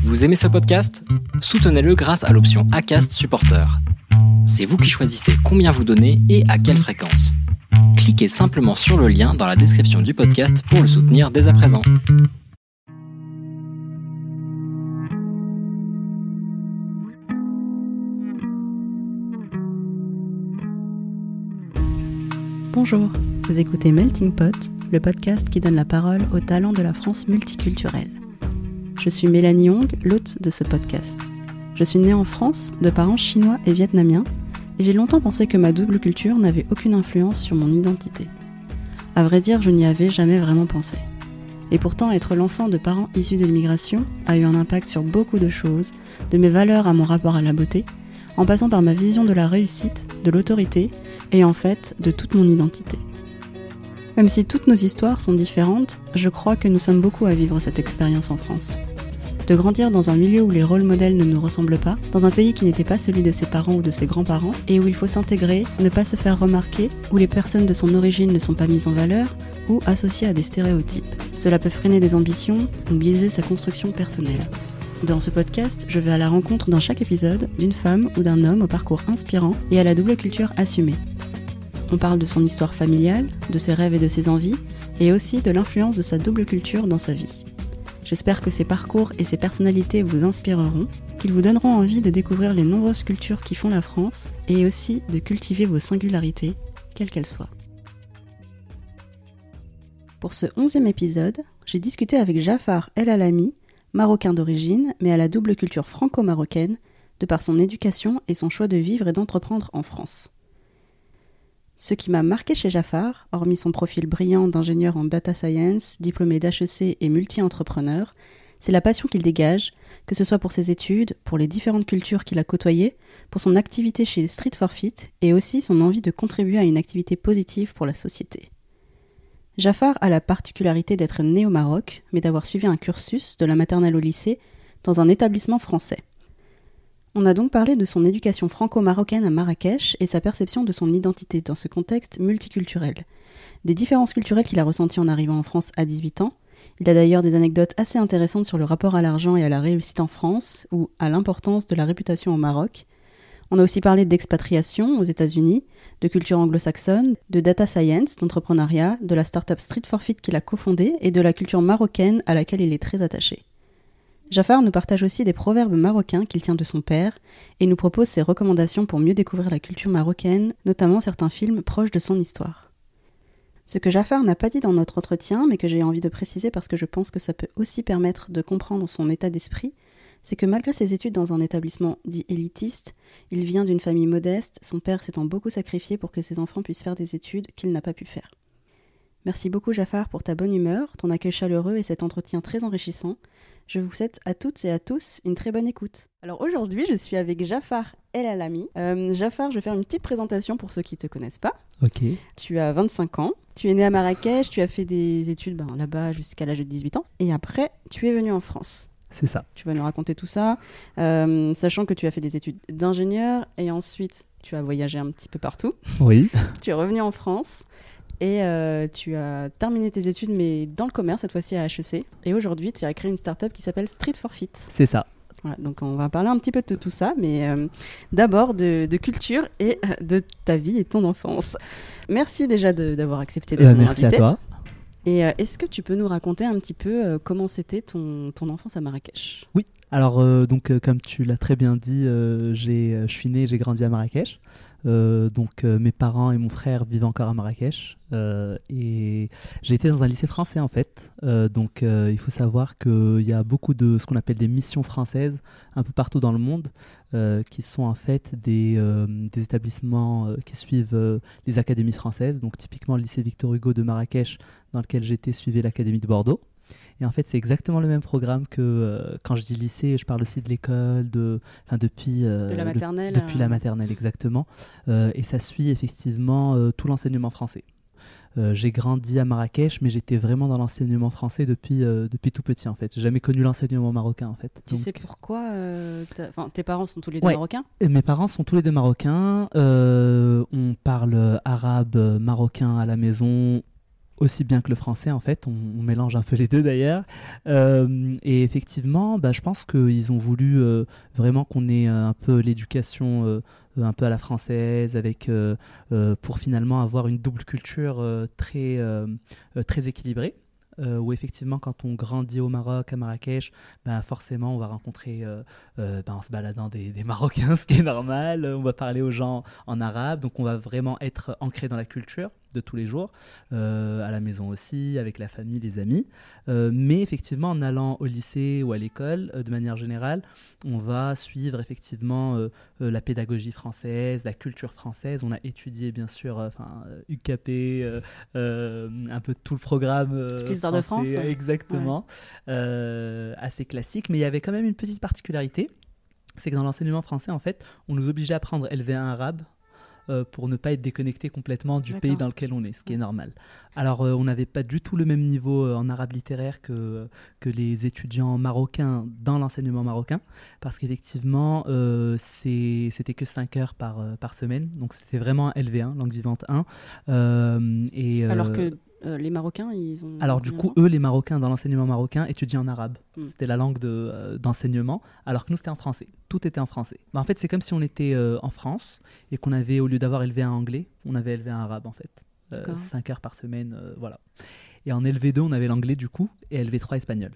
Vous aimez ce podcast ? Soutenez-le grâce à l'option Acast Supporter. C'est vous qui choisissez combien vous donnez et à quelle fréquence. Cliquez simplement sur le lien dans la description du podcast pour le soutenir dès à présent. Bonjour, vous écoutez Melting Pot, le podcast qui donne la parole aux talents de la France multiculturelle. Je suis Mélanie Young, l'hôte de ce podcast. Je suis née en France, de parents chinois et vietnamiens, et j'ai longtemps pensé que ma double culture n'avait aucune influence sur mon identité. À vrai dire, je n'y avais jamais vraiment pensé. Et pourtant, être l'enfant de parents issus de l'immigration a eu un impact sur beaucoup de choses, de mes valeurs à mon rapport à la beauté, en passant par ma vision de la réussite, de l'autorité, et en fait, de toute mon identité. Même si toutes nos histoires sont différentes, je crois que nous sommes beaucoup à vivre cette expérience en France. De grandir dans un milieu où les rôles modèles ne nous ressemblent pas, dans un pays qui n'était pas celui de ses parents ou de ses grands-parents, et où il faut s'intégrer, ne pas se faire remarquer, où les personnes de son origine ne sont pas mises en valeur, ou associées à des stéréotypes. Cela peut freiner des ambitions ou biaiser sa construction personnelle. Dans ce podcast, je vais à la rencontre dans chaque épisode d'une femme ou d'un homme au parcours inspirant et à la double culture assumée. On parle de son histoire familiale, de ses rêves et de ses envies, et aussi de l'influence de sa double culture dans sa vie. J'espère que ces parcours et ces personnalités vous inspireront, qu'ils vous donneront envie de découvrir les nombreuses cultures qui font la France, et aussi de cultiver vos singularités, quelles qu'elles soient. Pour ce 11e épisode, j'ai discuté avec Jafar El Alami, marocain d'origine, mais à la double culture franco-marocaine, de par son éducation et son choix de vivre et d'entreprendre en France. Ce qui m'a marqué chez Jafar, hormis son profil brillant d'ingénieur en data science, diplômé d'HEC et multi-entrepreneur, c'est la passion qu'il dégage, que ce soit pour ses études, pour les différentes cultures qu'il a côtoyées, pour son activité chez Street for Fit et aussi son envie de contribuer à une activité positive pour la société. Jafar a la particularité d'être né au Maroc, mais d'avoir suivi un cursus de la maternelle au lycée dans un établissement français. On a donc parlé de son éducation franco-marocaine à Marrakech et sa perception de son identité dans ce contexte multiculturel. Des différences culturelles qu'il a ressenties en arrivant en France à 18 ans. Il a d'ailleurs des anecdotes assez intéressantes sur le rapport à l'argent et à la réussite en France, ou à l'importance de la réputation au Maroc. On a aussi parlé d'expatriation aux États-Unis, de culture anglo-saxonne, de data science, d'entrepreneuriat, de la start-up Street for Fit qu'il a cofondée et de la culture marocaine à laquelle il est très attaché. Jafar nous partage aussi des proverbes marocains qu'il tient de son père et nous propose ses recommandations pour mieux découvrir la culture marocaine, notamment certains films proches de son histoire. Ce que Jafar n'a pas dit dans notre entretien, mais que j'ai envie de préciser parce que je pense que ça peut aussi permettre de comprendre son état d'esprit, c'est que malgré ses études dans un établissement dit élitiste, il vient d'une famille modeste, son père s'étant beaucoup sacrifié pour que ses enfants puissent faire des études qu'il n'a pas pu faire. Merci beaucoup Jafar pour ta bonne humeur, ton accueil chaleureux et cet entretien très enrichissant. Je vous souhaite à toutes et à tous une très bonne écoute. Alors aujourd'hui, je suis avec Jafar El Alami. Jafar, je vais faire une petite présentation pour ceux qui ne te connaissent pas. Ok. Tu as 25 ans, tu es né à Marrakech, tu as fait des études là-bas jusqu'à l'âge de 18 ans. Et après, tu es venu en France. C'est ça. Tu vas nous raconter tout ça, sachant que tu as fait des études d'ingénieur et ensuite tu as voyagé un petit peu partout. Oui. Tu es revenu en France. Et tu as terminé tes études, mais dans le commerce, cette fois-ci à HEC. Et aujourd'hui, tu as créé une start-up qui s'appelle Street for Fit. C'est ça. Voilà, donc on va parler un petit peu de tout ça, mais d'abord de culture et de ta vie et ton enfance. Merci déjà d'avoir accepté d'être mon invité. Merci à toi. Et est-ce que tu peux nous raconter un petit peu comment c'était ton enfance à Marrakech ? Oui. Alors, comme tu l'as très bien dit, je suis né et j'ai grandi à Marrakech. Mes parents et mon frère vivent encore à Marrakech. Et j'ai été dans un lycée français, en fait. Il faut savoir qu'il y a beaucoup de ce qu'on appelle des missions françaises un peu partout dans le monde, qui sont en fait des établissements qui suivent les académies françaises. Donc, typiquement, le lycée Victor Hugo de Marrakech, dans lequel j'étais, suivait l'académie de Bordeaux. Et en fait, c'est exactement le même programme que quand je dis lycée, je parle aussi de l'école, depuis la maternelle. Depuis la maternelle, exactement. Et ça suit effectivement tout l'enseignement français. J'ai grandi à Marrakech, mais j'étais vraiment dans l'enseignement français depuis tout petit, en fait. J'ai jamais connu l'enseignement marocain, en fait. Tu sais pourquoi tes parents sont tous les deux marocains ? Mes parents sont tous les deux marocains. On parle arabe marocain à la maison. aussi bien que le français en fait, on mélange un peu les deux d'ailleurs. Et effectivement, je pense qu'ils ont voulu vraiment qu'on ait un peu l'éducation un peu à la française, avec pour finalement avoir une double culture très équilibrée. Où effectivement quand on grandit au Maroc, à Marrakech, forcément on va rencontrer en se baladant des Marocains, ce qui est normal, on va parler aux gens en arabe, donc on va vraiment être ancré dans la culture de tous les jours, à la maison aussi, avec la famille, les amis. Mais effectivement, en allant au lycée ou à l'école, de manière générale, on va suivre effectivement la pédagogie française, la culture française. On a étudié bien sûr UKP, un peu tout le programme l'histoire de France. Exactement, assez classique. Mais il y avait quand même une petite particularité, c'est que dans l'enseignement français, en fait, on nous obligeait à apprendre LV1 arabe, pour ne pas être déconnecté complètement du pays dans lequel on est, ce qui est normal. Alors, on n'avait pas du tout le même niveau en arabe littéraire que les étudiants marocains dans l'enseignement marocain, parce qu'effectivement, c'était que 5 heures par semaine, donc c'était vraiment un LV1, langue vivante 1. Alors que les Marocains, ils ont... Alors du coup, eux, les Marocains, dans l'enseignement marocain, étudient en arabe. C'était la langue d'enseignement, alors que nous, c'était en français. Tout était en français. En fait, c'est comme si on était en France et qu'on avait, au lieu d'avoir LV1 anglais, on avait LV1 arabe, en fait. 5 heures par semaine, voilà. Et en LV2, on avait l'anglais, du coup, et LV3 espagnol.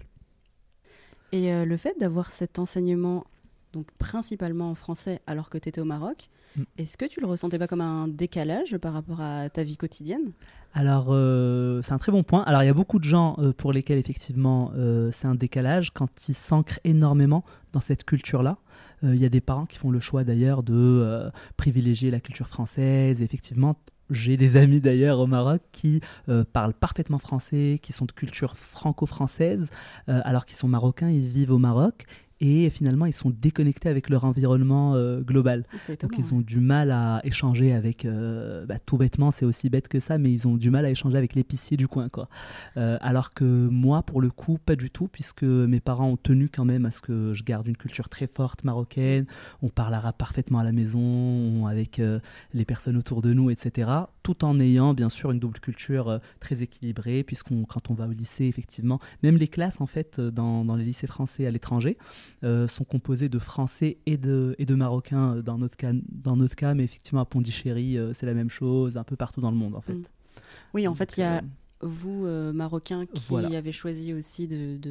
Et le fait d'avoir cet enseignement, donc principalement en français, alors que tu étais au Maroc, est-ce que tu le ressentais pas comme un décalage par rapport à ta vie quotidienne ? Alors, c'est un très bon point. Alors, il y a beaucoup de gens pour lesquels, effectivement, c'est un décalage quand ils s'ancrent énormément dans cette culture-là. Il y a des parents qui font le choix, d'ailleurs, de privilégier la culture française. Et effectivement, j'ai des amis, d'ailleurs, au Maroc qui parlent parfaitement français, qui sont de culture franco-française, alors qu'ils sont marocains, ils vivent au Maroc. Et finalement, ils sont déconnectés avec leur environnement global. Donc, ils ont du mal à échanger avec... tout bêtement, c'est aussi bête que ça, mais ils ont du mal à échanger avec l'épicier du coin, quoi. Alors que moi, pour le coup, pas du tout, puisque mes parents ont tenu quand même à ce que je garde une culture très forte marocaine. On parle arabe parfaitement à la maison, avec les personnes autour de nous, etc. Tout en ayant, bien sûr, une double culture très équilibrée, quand on va au lycée, effectivement, même les classes, en fait, dans les lycées français à l'étranger, sont composés de Français et de Marocains dans notre cas, mais effectivement à Pondichéry, c'est la même chose, un peu partout dans le monde en fait. Oui, en fait, il y a vous, Marocains, qui avez choisi aussi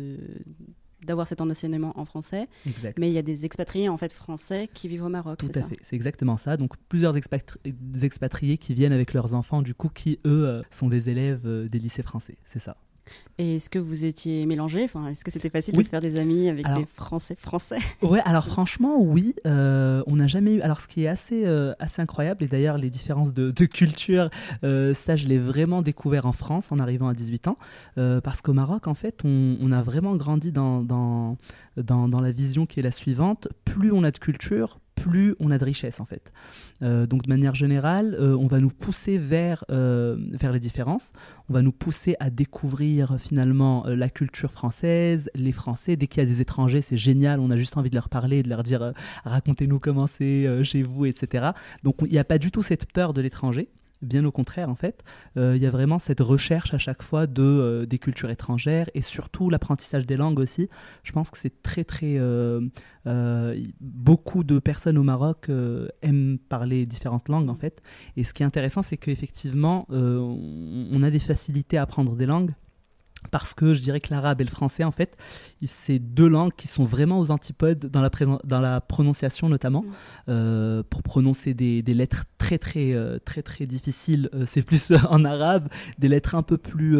d'avoir cet enseignement en français, exact. Mais il y a des expatriés en fait français qui vivent au Maroc, Tout à fait, c'est exactement ça. Donc plusieurs expatriés qui viennent avec leurs enfants, du coup, qui eux sont des élèves des lycées français, c'est ça. Et est-ce que vous étiez mélangés ? Est-ce que c'était facile de se faire des amis avec des Français ? Ouais, alors franchement, oui. On n'a jamais eu... Alors ce qui est assez incroyable, et d'ailleurs les différences de culture, ça je l'ai vraiment découvert en France en arrivant à 18 ans, parce qu'au Maroc, en fait, on a vraiment grandi dans la vision qui est la suivante. Plus on a de culture, plus on a de richesse en fait. Donc de manière générale, on va nous pousser vers les différences, on va nous pousser à découvrir finalement la culture française, les Français. Dès qu'il y a des étrangers, c'est génial, on a juste envie de leur parler, de leur dire racontez-nous comment c'est chez vous, etc. Donc il n'y a pas du tout cette peur de l'étranger. Bien au contraire, en fait, il y a vraiment cette recherche à chaque fois des cultures étrangères et surtout l'apprentissage des langues aussi. Je pense que c'est très, très... beaucoup de personnes au Maroc aiment parler différentes langues, en fait. Et ce qui est intéressant, c'est qu'effectivement, on a des facilités à apprendre des langues. Parce que je dirais que l'arabe et le français, en fait, c'est deux langues qui sont vraiment aux antipodes dans la prononciation notamment. Pour prononcer des lettres très très difficiles, c'est plus en arabe. Des lettres un peu plus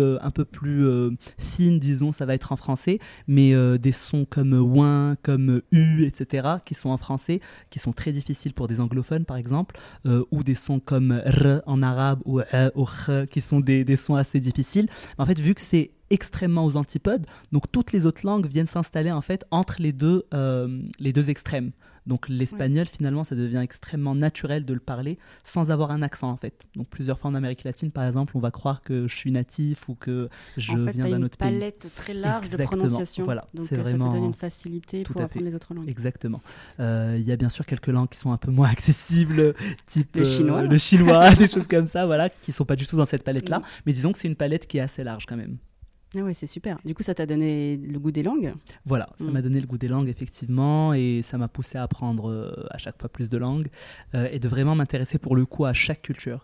fines, disons, ça va être en français. Mais des sons comme ouin, comme u, etc., qui sont en français, qui sont très difficiles pour des anglophones, par exemple, ou des sons comme r en arabe ou a ou kh, qui sont des sons assez difficiles. En fait, vu que c'est extrêmement aux antipodes, donc toutes les autres langues viennent s'installer en fait entre les deux extrêmes Donc l'espagnol, finalement, ça devient extrêmement naturel de le parler sans avoir un accent, en fait. Donc plusieurs fois en Amérique latine, par exemple, on va croire que je suis natif ou que je viens d'un autre pays. En fait, tu as une palette très large de prononciation. Voilà, donc c'est ça vraiment... te donne une facilité pour apprendre les autres langues. Exactement. Il y a bien sûr quelques langues qui sont un peu moins accessibles, type le chinois, des choses comme ça, voilà, qui ne sont pas du tout dans cette palette-là. Mais disons que c'est une palette qui est assez large quand même. Ah ouais, c'est super. Du coup, ça t'a donné le goût des langues ? Voilà, ça m'a donné le goût des langues, effectivement, et ça m'a poussé à apprendre à chaque fois plus de langues et de vraiment m'intéresser pour le coup à chaque culture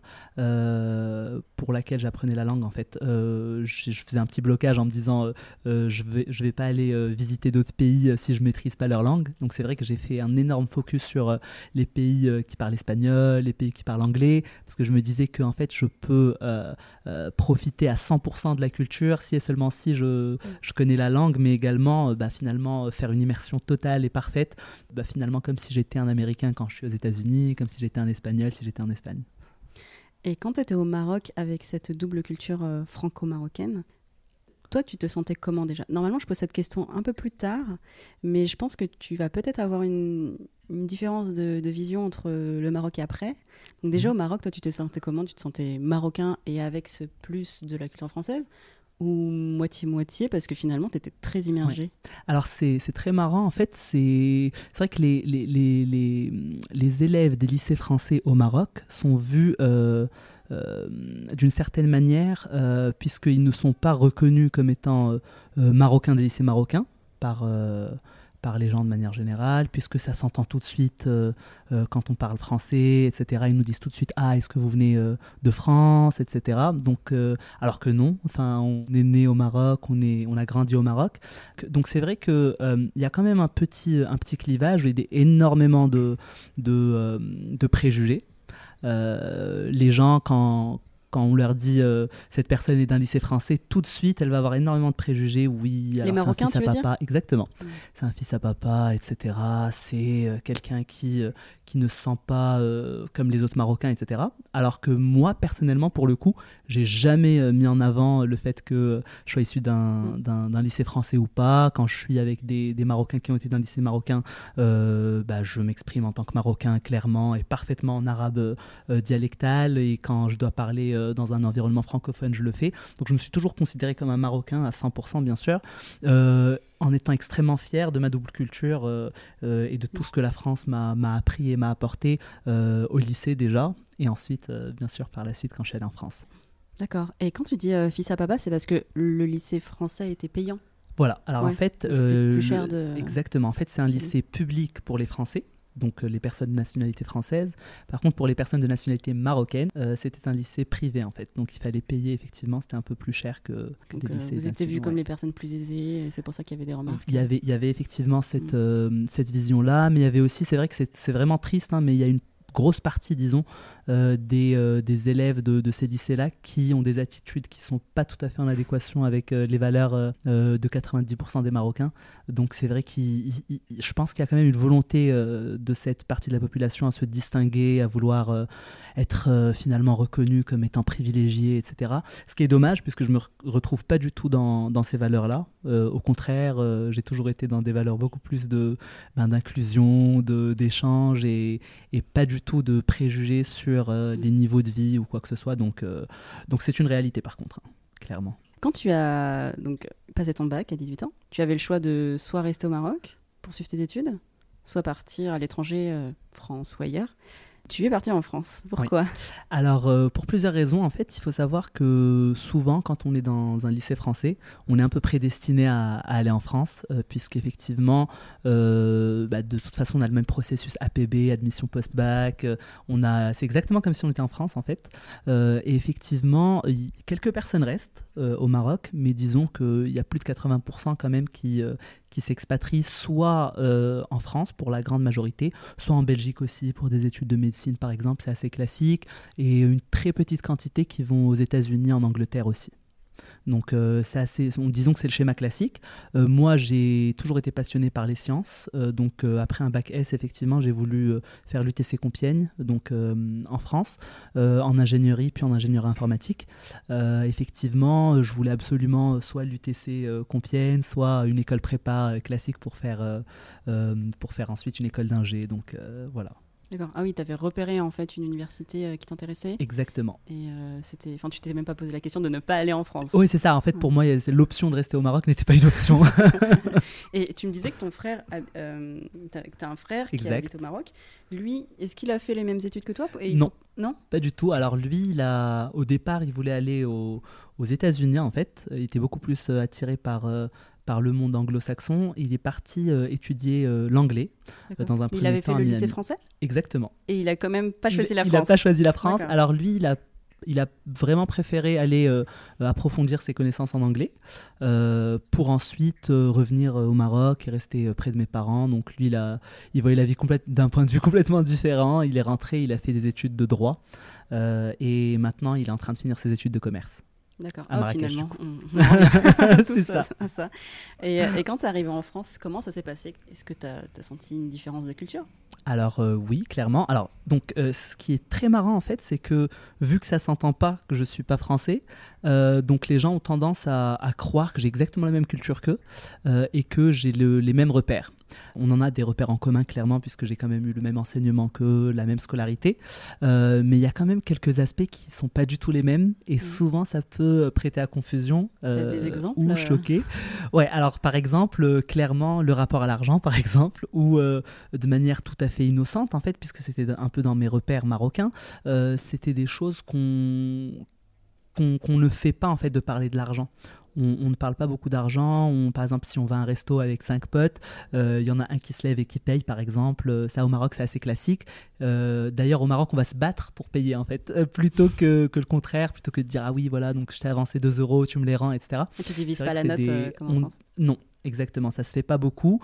pour laquelle j'apprenais la langue, en fait. Je faisais un petit blocage en me disant je vais pas aller visiter d'autres pays si je maîtrise pas leur langue. Donc c'est vrai que j'ai fait un énorme focus sur les pays qui parlent espagnol, les pays qui parlent anglais, parce que je me disais que en fait, je peux profiter à 100% de la culture si et seulement si je connais la langue, mais également finalement faire une immersion totale et parfaite, finalement comme si j'étais un Américain quand je suis aux États-Unis, comme si j'étais un Espagnol si j'étais en Espagne. Et quand tu étais au Maroc avec cette double culture franco-marocaine, toi, tu te sentais comment déjà ? Normalement, je pose cette question un peu plus tard, mais je pense que tu vas peut-être avoir une différence de vision entre le Maroc et après. Donc déjà, au Maroc, toi, tu te sentais comment ? Tu te sentais marocain et avec ce plus de la culture française ? Ou moitié-moitié, parce que finalement, tu étais très immergé. Ouais. Alors, c'est très marrant. En fait, c'est vrai que les élèves des lycées français au Maroc sont vus d'une certaine manière, puisqu'ils ne sont pas reconnus comme étant marocains des lycées marocains par les gens de manière générale, puisque ça s'entend tout de suite quand on parle français, etc. Ils nous disent tout de suite « Ah, est-ce que vous venez de France ?» etc. Donc, alors que non, enfin, on est né au Maroc, on a grandi au Maroc. Donc c'est vrai qu'il y a quand même un petit clivage, il y a énormément de préjugés. Les gens, quand on leur dit cette personne est d'un lycée français, tout de suite elle va avoir énormément de préjugés. Oui, les Marocains, c'est un fils tu veux dire ? Exactement. C'est un fils à papa, etc. C'est quelqu'un qui ne se sent pas comme les autres Marocains, etc. Alors que moi, personnellement, pour le coup, j'ai jamais mis en avant le fait que je sois issu d'un lycée français ou pas. Quand je suis avec des Marocains qui ont été d'un lycée marocain, je m'exprime en tant que Marocain clairement et parfaitement en arabe dialectal. Et quand je dois parler dans un environnement francophone, je le fais. Donc je me suis toujours considéré comme un Marocain à 100%, bien sûr. En étant extrêmement fier de ma double culture et de tout ce que la France m'a appris et m'a apporté au lycée déjà, et ensuite, bien sûr, par la suite, quand je suis allé en France. D'accord. Et quand tu dis fils à papa, c'est parce que le lycée français était payant ? Voilà. Alors en fait, c'était plus cher exactement. En fait, c'est un lycée public pour les Français. Donc les personnes de nationalité française. Par contre, pour les personnes de nationalité marocaine, c'était un lycée privé en fait. Donc il fallait payer, effectivement, c'était un peu plus cher que des lycées. Vous étiez vus comme les personnes plus aisées, et c'est pour ça qu'il y avait des remarques. Il y avait effectivement cette vision-là, mais il y avait aussi, c'est vrai que c'est vraiment triste, hein, mais il y a une grosse partie, disons, des élèves de ces lycées-là qui ont des attitudes qui ne sont pas tout à fait en adéquation avec les valeurs de 90% des Marocains. Donc c'est vrai je pense qu'il y a quand même une volonté de cette partie de la population à se distinguer, à vouloir être finalement reconnu comme étant privilégié, etc. Ce qui est dommage, puisque je ne me retrouve pas du tout dans ces valeurs-là. Au contraire, j'ai toujours été dans des valeurs beaucoup plus d'inclusion, d'échange et pas du tout de préjugés sur les niveaux de vie ou quoi que ce soit. Donc c'est une réalité par contre, hein, clairement. Quand tu as donc passé ton bac à 18 ans, tu avais le choix de soit rester au Maroc, poursuivre tes études, soit partir à l'étranger, France ou ailleurs. Tu es parti en France. Pourquoi ? Oui. Alors, pour plusieurs raisons, en fait, il faut savoir que souvent, quand on est dans un lycée français, on est un peu prédestiné à aller en France, puisqu'effectivement, de toute façon, on a le même processus APB, admission post-bac. C'est exactement comme si on était en France, en fait. Et effectivement, quelques personnes restent au Maroc, mais disons qu'il y a plus de 80% quand même qui s'expatrient soit en France pour la grande majorité, soit en Belgique aussi pour des études de médecine par exemple, c'est assez classique, et une très petite quantité qui vont aux États-Unis, en Angleterre aussi. Donc disons que c'est le schéma classique. Moi, j'ai toujours été passionné par les sciences. Donc après un bac S, effectivement, j'ai voulu faire l'UTC Compiègne, donc en France, en ingénierie, puis en ingénierie informatique. Effectivement, je voulais absolument soit l'UTC Compiègne, soit une école prépa classique pour faire ensuite une école d'ingé. Donc voilà. D'accord. Ah oui, tu avais repéré en fait une université qui t'intéressait. Exactement. Et tu t'es même pas posé la question de ne pas aller en France. Oui, c'est ça. En fait, pour moi, l'option de rester au Maroc n'était pas une option. Et tu me disais que ton frère, t'as un frère qui habite au Maroc. Lui, est-ce qu'il a fait les mêmes études que toi? Non. Non, pas du tout. Alors lui, au départ, il voulait aller aux États-Unis en fait. Il était beaucoup plus attiré par le monde anglo-saxon. Il est parti étudier l'anglais dans un premier temps. Il avait fait le lycée français? Exactement. Et il a quand même pas choisi la France? Il n'a pas choisi la France. D'accord. Alors lui, il a vraiment préféré aller approfondir ses connaissances en anglais pour ensuite revenir au Maroc et rester près de mes parents. Donc lui, il voyait la vie d'un point de vue complètement différent. Il est rentré, il a fait des études de droit et maintenant il est en train de finir ses études de commerce. D'accord. À Marrakech, finalement, c'est ça. Et quand tu es arrivé en France, comment ça s'est passé? Est-ce que tu as senti une différence de culture? Alors oui, clairement. Alors donc, ce qui est très marrant en fait, c'est que vu que ça s'entend pas que je suis pas français, donc les gens ont tendance à croire que j'ai exactement la même culture qu'eux et que j'ai les mêmes repères. On en a des repères en commun clairement puisque j'ai quand même eu le même enseignement qu'eux, la même scolarité, mais il y a quand même quelques aspects qui sont pas du tout les mêmes et souvent ça peut prêter à confusion des exemples, ou choquer. Ouais, alors par exemple, clairement le rapport à l'argent par exemple, ou de manière tout à fait innocente en fait, puisque c'était un peu dans mes repères marocains, c'était des choses qu'on ne fait pas en fait, de parler de l'argent. On ne parle pas beaucoup d'argent. Par exemple, si on va à un resto avec 5 potes, il y en a un qui se lève et qui paye, par exemple. Ça, au Maroc, c'est assez classique. D'ailleurs, au Maroc, on va se battre pour payer, en fait, plutôt que le contraire, plutôt que de dire « Ah oui, voilà, donc je t'ai avancé 2 euros, tu me les rends, etc. » Et tu divises pas la note comme en France? Non, exactement, ça se fait pas beaucoup.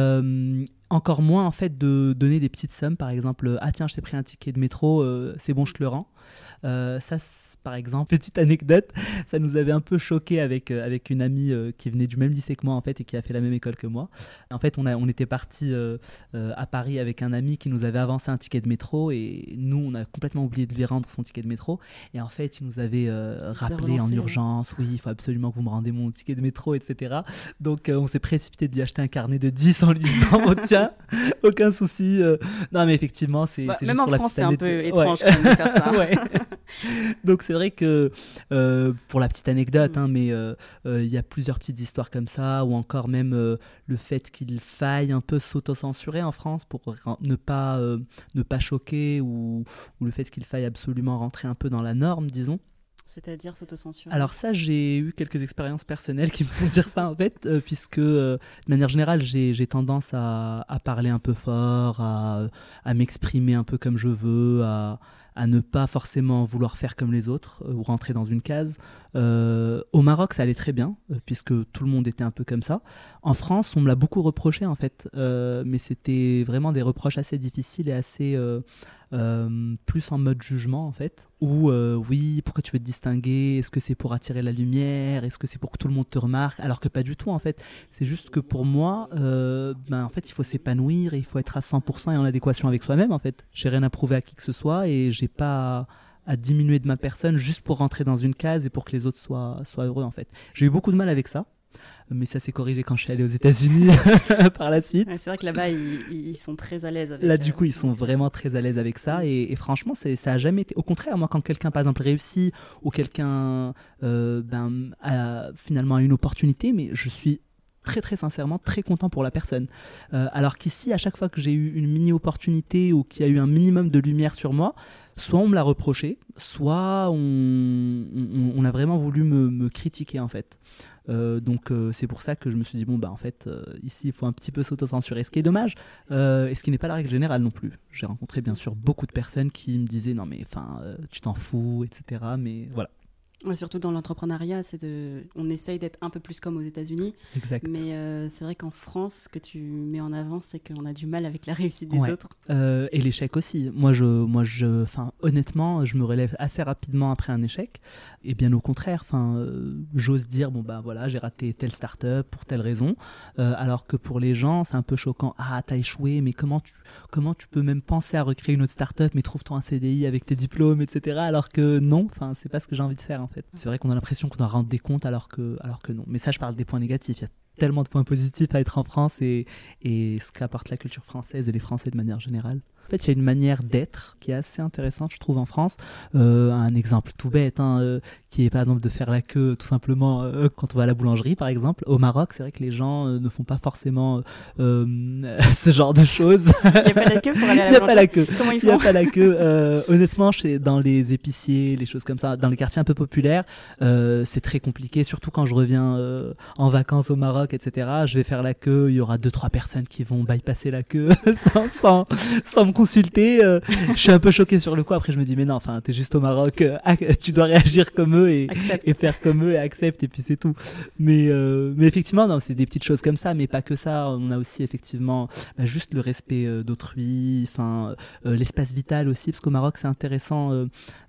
Encore moins, en fait, de donner des petites sommes, par exemple « Ah tiens, je t'ai pris un ticket de métro, c'est bon, je te le rends. » Ça, par exemple, petite anecdote, ça nous avait un peu choqué avec une amie qui venait du même lycée que moi en fait et qui a fait la même école que moi. En fait, on était partis à Paris avec un ami qui nous avait avancé un ticket de métro et nous, on a complètement oublié de lui rendre son ticket de métro. Et en fait, il nous avait rappelé en urgence, oui, il faut absolument que vous me rendez mon ticket de métro, etc. Donc, on s'est précipité de lui acheter un carnet de 10 en lui disant, oh, tiens, aucun souci. Non, mais effectivement, c'est juste même pour la France, petite anecdote. Même en France, c'est un peu étrange quand même de faire ça. Ouais. Donc c'est vrai que pour la petite anecdote, mais il y a plusieurs petites histoires comme ça, ou encore même le fait qu'il faille un peu s'autocensurer en France pour ne pas choquer, ou le fait qu'il faille absolument rentrer un peu dans la norme, disons. C'est-à-dire s'autocensurer? Alors ça, j'ai eu quelques expériences personnelles qui me font dire ça en fait, puisque de manière générale, j'ai tendance à parler un peu fort, à m'exprimer un peu comme je veux, à ne pas forcément vouloir faire comme les autres ou rentrer dans une case. Au Maroc, ça allait très bien, puisque tout le monde était un peu comme ça. En France, on me l'a beaucoup reproché en fait, mais c'était vraiment des reproches assez difficiles et assez... plus en mode jugement en fait, où oui, pourquoi tu veux te distinguer, est-ce que c'est pour attirer la lumière, est-ce que c'est pour que tout le monde te remarque, alors que pas du tout en fait, c'est juste que pour moi en fait il faut s'épanouir et il faut être à 100% et en adéquation avec soi-même en fait. J'ai rien à prouver à qui que ce soit et j'ai pas à diminuer de ma personne juste pour rentrer dans une case et pour que les autres soient heureux en fait. J'ai eu beaucoup de mal avec ça, mais ça s'est corrigé quand je suis allé aux États-Unis par la suite. Ouais, c'est vrai que là-bas, ils sont très à l'aise avec... Là, du coup, ils sont vraiment très à l'aise avec ça. Et franchement, ça a jamais été... Au contraire, moi, quand quelqu'un, par exemple, réussit ou quelqu'un a finalement une opportunité, mais je suis très, très sincèrement très content pour la personne. Alors qu'ici, à chaque fois que j'ai eu une mini-opportunité ou qu'il y a eu un minimum de lumière sur moi, soit on me l'a reproché, soit on a vraiment voulu me critiquer, en fait. Donc c'est pour ça que je me suis dit en fait ici il faut un petit peu s'autocensurer, ce qui est dommage et ce qui n'est pas la règle générale non plus. J'ai rencontré bien sûr beaucoup de personnes qui me disaient non mais tu t'en fous, etc. Mais voilà. Ouais, surtout dans l'entrepreneuriat, on essaye d'être un peu plus comme aux États-Unis. Exact. Mais c'est vrai qu'en France, ce que tu mets en avant, c'est qu'on a du mal avec la réussite des autres. Et l'échec aussi. Moi, honnêtement, je me relève assez rapidement après un échec. Et bien au contraire, j'ose dire, voilà, j'ai raté telle start-up pour telle raison. Alors que pour les gens, c'est un peu choquant. Ah, t'as échoué, mais comment tu peux même penser à recréer une autre start-up, mais trouve-toi un CDI avec tes diplômes, etc. Alors que non, c'est pas ce que j'ai envie de faire. C'est vrai qu'on a l'impression qu'on doit rendre des comptes alors que non. Mais ça, je parle des points négatifs. Il y a tellement de points positifs à être en France et ce qu'apporte la culture française et les Français de manière générale. En fait, il y a une manière d'être qui est assez intéressante, je trouve, en France. Un exemple tout bête, qui est par exemple de faire la queue tout simplement quand on va à la boulangerie, par exemple. Au Maroc, c'est vrai que les gens ne font pas forcément ce genre de choses. Il n'y a pas la queue pour aller à la boulangerie. Il n'y a pas la queue. Comment ils font ? Il n'y a pas la queue. Honnêtement, dans les épiciers, les choses comme ça, dans les quartiers un peu populaires, c'est très compliqué, surtout quand je reviens en vacances au Maroc, etc. Je vais faire la queue, il y aura 2-3 personnes qui vont bypasser la queue sans me consulter. Je suis un peu choqué sur le coup. Après, je me dis, mais non, t'es juste au Maroc, tu dois réagir comme eux et faire comme eux et accepte, et puis c'est tout. Mais effectivement, non, c'est des petites choses comme ça, mais pas que ça. On a aussi effectivement juste le respect d'autrui, l'espace vital aussi, parce qu'au Maroc, c'est intéressant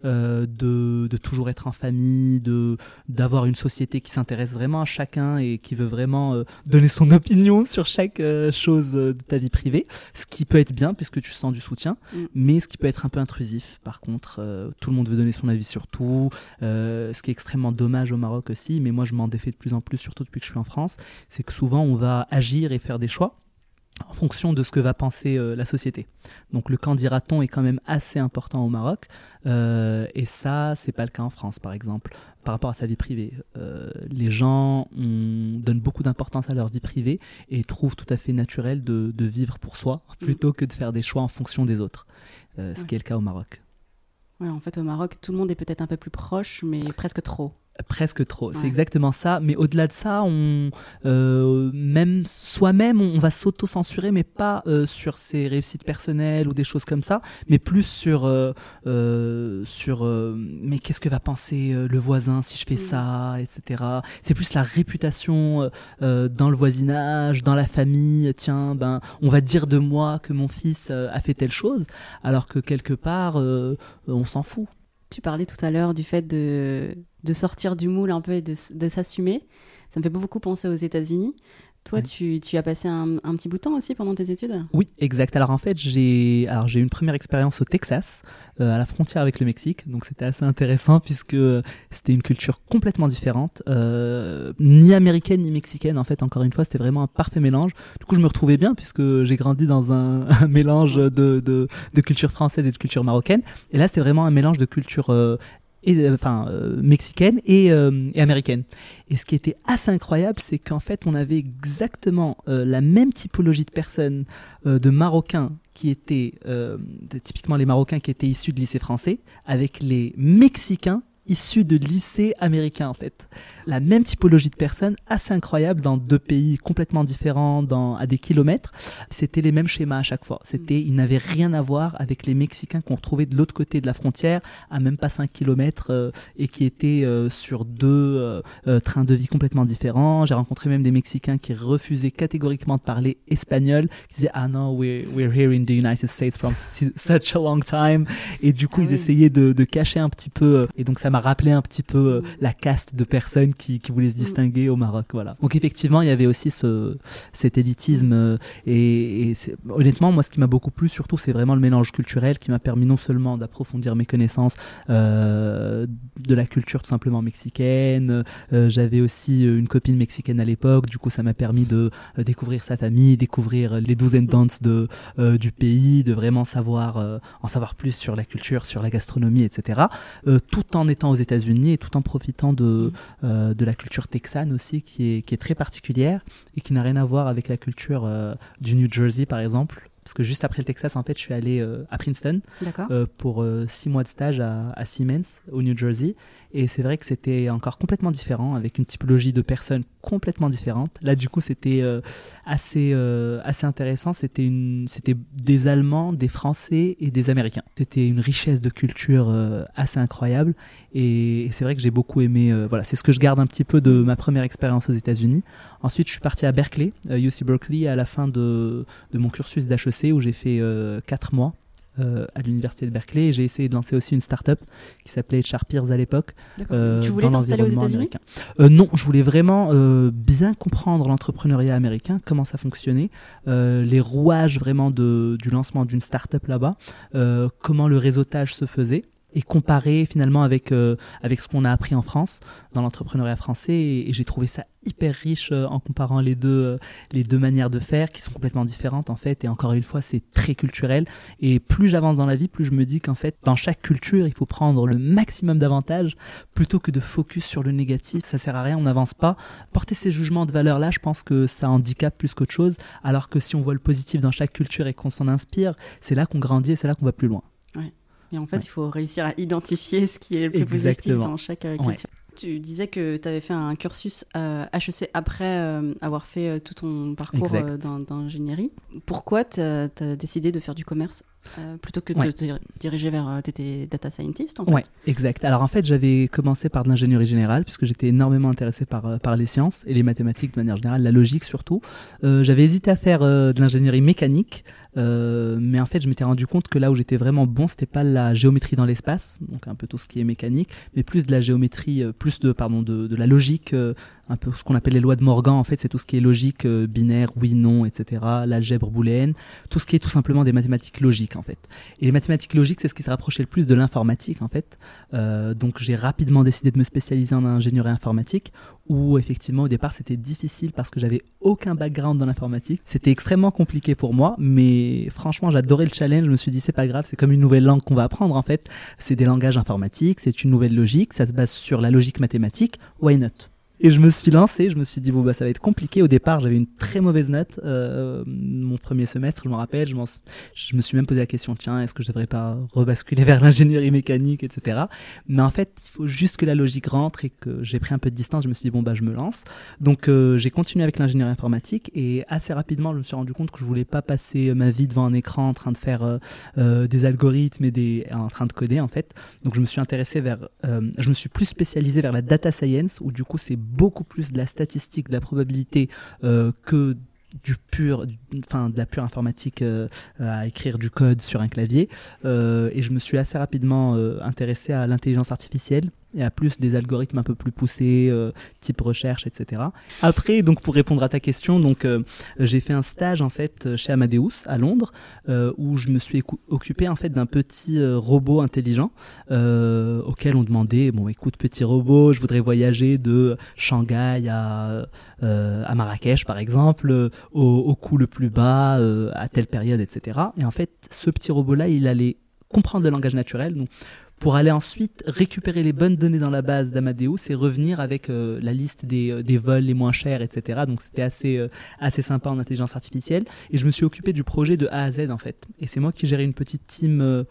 de toujours être en famille, d'avoir une société qui s'intéresse vraiment à chacun et qui veut vraiment donner son opinion sur chaque chose de ta vie privée, ce qui peut être bien puisque tu sens du soutien, mais ce qui peut être un peu intrusif. Par contre, tout le monde veut donner son avis sur tout, ce qui est extrêmement dommage au Maroc aussi, mais moi je m'en défais de plus en plus, surtout depuis que je suis en France, c'est que souvent on va agir et faire des choix en fonction de ce que va penser la société. Donc le qu'en dira-t-on est quand même assez important au Maroc, et ça c'est pas le cas en France par exemple. Par rapport à sa vie privée, les gens donnent beaucoup d'importance à leur vie privée et trouvent tout à fait naturel de vivre pour soi plutôt que de faire des choix en fonction des autres, ce qui est le cas au Maroc. Ouais, en fait au Maroc tout le monde est peut-être un peu plus proche, mais presque trop. Presque trop, c'est exactement ça. Mais au-delà de ça, même soi-même, on va s'auto-censurer, mais pas sur ses réussites personnelles ou des choses comme ça, mais plus sur mais qu'est-ce que va penser le voisin si je fais ça, etc. C'est plus la réputation dans le voisinage, dans la famille. Tiens, on va dire de moi que mon fils a fait telle chose, alors que quelque part, on s'en fout. Tu parlais tout à l'heure du fait de sortir du moule un peu et de s'assumer. Ça me fait beaucoup penser aux États-Unis. Toi, tu as passé un petit bout de temps aussi pendant tes études ? Oui, exact. Alors en fait, j'ai eu une première expérience au Texas, à la frontière avec le Mexique. Donc c'était assez intéressant puisque c'était une culture complètement différente, ni américaine ni mexicaine. En fait, encore une fois, c'était vraiment un parfait mélange. Du coup, je me retrouvais bien puisque j'ai grandi dans un mélange de culture française et de culture marocaine. Et là, c'était vraiment un mélange de culture mexicaine et américaine. Et ce qui était assez incroyable, c'est qu'en fait, on avait exactement la même typologie de personnes, de Marocains qui étaient, typiquement les Marocains qui étaient issus de lycées français, avec les Mexicains issus de lycées américains en fait. La même typologie de personnes, assez incroyable, dans deux pays complètement différents, à des kilomètres. C'était les mêmes schémas à chaque fois. Ils n'avaient rien à voir avec les Mexicains qu'on retrouvait de l'autre côté de la frontière, à même pas 5 kilomètres, et qui étaient sur deux trains de vie complètement différents. J'ai rencontré même des Mexicains qui refusaient catégoriquement de parler espagnol, qui disaient « Ah non, we're here in the United States from such a long time ». Et du coup, ils essayaient de cacher un petit peu, et donc ça m'a rappelé un petit peu la caste de personnes qui voulaient se distinguer au Maroc, voilà. Donc effectivement, il y avait aussi cet élitisme, et honnêtement, moi, ce qui m'a beaucoup plu, surtout, c'est vraiment le mélange culturel qui m'a permis non seulement d'approfondir mes connaissances de la culture tout simplement mexicaine. J'avais aussi une copine mexicaine à l'époque, du coup, ça m'a permis de découvrir sa famille, découvrir les do's and don'ts du pays, de vraiment en savoir plus sur la culture, sur la gastronomie, etc. Tout en étant aux États-Unis et tout en profitant de la culture texane aussi, qui est très particulière et qui n'a rien à voir avec la culture du New Jersey par exemple, parce que juste après le Texas, en fait, je suis allé à Princeton D'accord. pour 6 mois de stage à Siemens, au New Jersey. Et c'est vrai que c'était encore complètement différent, avec une typologie de personnes complètement différente. Là, du coup, c'était assez intéressant. C'était des Allemands, des Français et des Américains. C'était une richesse de culture assez incroyable. Et c'est vrai que j'ai beaucoup aimé. Voilà, c'est ce que je garde un petit peu de ma première expérience aux États-Unis. Ensuite, je suis parti à Berkeley, UC Berkeley, à la fin de mon cursus d'HEC, où j'ai fait 4 mois. À l'université de Berkeley, et j'ai essayé de lancer aussi une start-up qui s'appelait HR Peers à l'époque. Tu voulais t'installer aux États-Unis ? Américain. Non, je voulais vraiment bien comprendre l'entrepreneuriat américain, comment ça fonctionnait, les rouages vraiment du lancement d'une start-up là-bas, comment le réseautage se faisait, et comparer finalement avec ce qu'on a appris en France, dans l'entrepreneuriat français, et j'ai trouvé ça hyper riche en comparant les deux manières de faire qui sont complètement différentes en fait, et encore une fois c'est très culturel, et plus j'avance dans la vie, plus je me dis qu'en fait dans chaque culture il faut prendre le maximum d'avantages plutôt que de focus sur le négatif. Ça sert à rien, on n'avance pas. Porter ces jugements de valeur là, je pense que ça handicape plus qu'autre chose, alors que si on voit le positif dans chaque culture et qu'on s'en inspire, c'est là qu'on grandit et c'est là qu'on va plus loin. Et en fait, il faut réussir à identifier ce qui est le plus positif dans chaque culture. Ouais. Tu disais que tu avais fait un cursus HEC après avoir fait tout ton parcours d'ingénierie. Pourquoi tu as décidé de faire du commerce plutôt que de te diriger vers... Tu étais data scientist en fait ? Ouais, exact. Alors en fait, j'avais commencé par de l'ingénierie générale puisque j'étais énormément intéressé par les sciences et les mathématiques de manière générale, la logique surtout. J'avais hésité à faire de l'ingénierie mécanique, mais en fait, je m'étais rendu compte que là où j'étais vraiment bon, c'était pas la géométrie dans l'espace, donc un peu tout ce qui est mécanique, mais plus de la géométrie, de la logique, un peu ce qu'on appelle les lois de Morgan. En fait, c'est tout ce qui est logique binaire, oui, non, etc. L'algèbre booléenne, tout ce qui est tout simplement des mathématiques logiques en fait. Et les mathématiques logiques, c'est ce qui se rapprochait le plus de l'informatique en fait. Donc j'ai rapidement décidé de me spécialiser en ingénierie informatique, où effectivement au départ c'était difficile parce que j'avais aucun background dans l'informatique. C'était extrêmement compliqué pour moi, mais franchement j'adorais le challenge. Je me suis dit c'est pas grave, c'est comme une nouvelle langue qu'on va apprendre en fait. C'est des langages informatiques, c'est une nouvelle logique, ça se base sur la logique mathématique, why not ? Et je me suis lancé, je me suis dit ça va être compliqué. Au départ, j'avais une très mauvaise note. Mon premier semestre, je me rappelle, je me suis même posé la question, tiens, est-ce que je devrais pas rebasculer vers l'ingénierie mécanique, etc. Mais en fait, il faut juste que la logique rentre et que j'ai pris un peu de distance. Je me suis dit, je me lance. Donc, j'ai continué avec l'ingénierie informatique et assez rapidement, je me suis rendu compte que je voulais pas passer ma vie devant un écran en train de faire des algorithmes en train de coder, en fait. Donc, je me suis intéressé je me suis plus spécialisé vers la data science, où du coup, c'est beaucoup plus de la statistique, de la probabilité que de la pure informatique à écrire du code sur un clavier. Et je me suis assez rapidement intéressé à l'intelligence artificielle et à plus des algorithmes un peu plus poussés, type recherche, etc. Après, donc pour répondre à ta question, j'ai fait un stage en fait chez Amadeus à Londres, où je me suis occupé en fait d'un petit robot intelligent auquel on demandait, écoute petit robot, je voudrais voyager de Shanghai à Marrakech par exemple, au coût le plus bas, à telle période, etc. Et en fait, ce petit robot-là, il allait comprendre le langage naturel, donc pour aller ensuite récupérer les bonnes données dans la base d'Amadeus et revenir avec la liste des vols les moins chers, etc. Donc c'était assez sympa en intelligence artificielle. Et je me suis occupé du projet de A à Z en fait. Et c'est moi qui gérais une petite team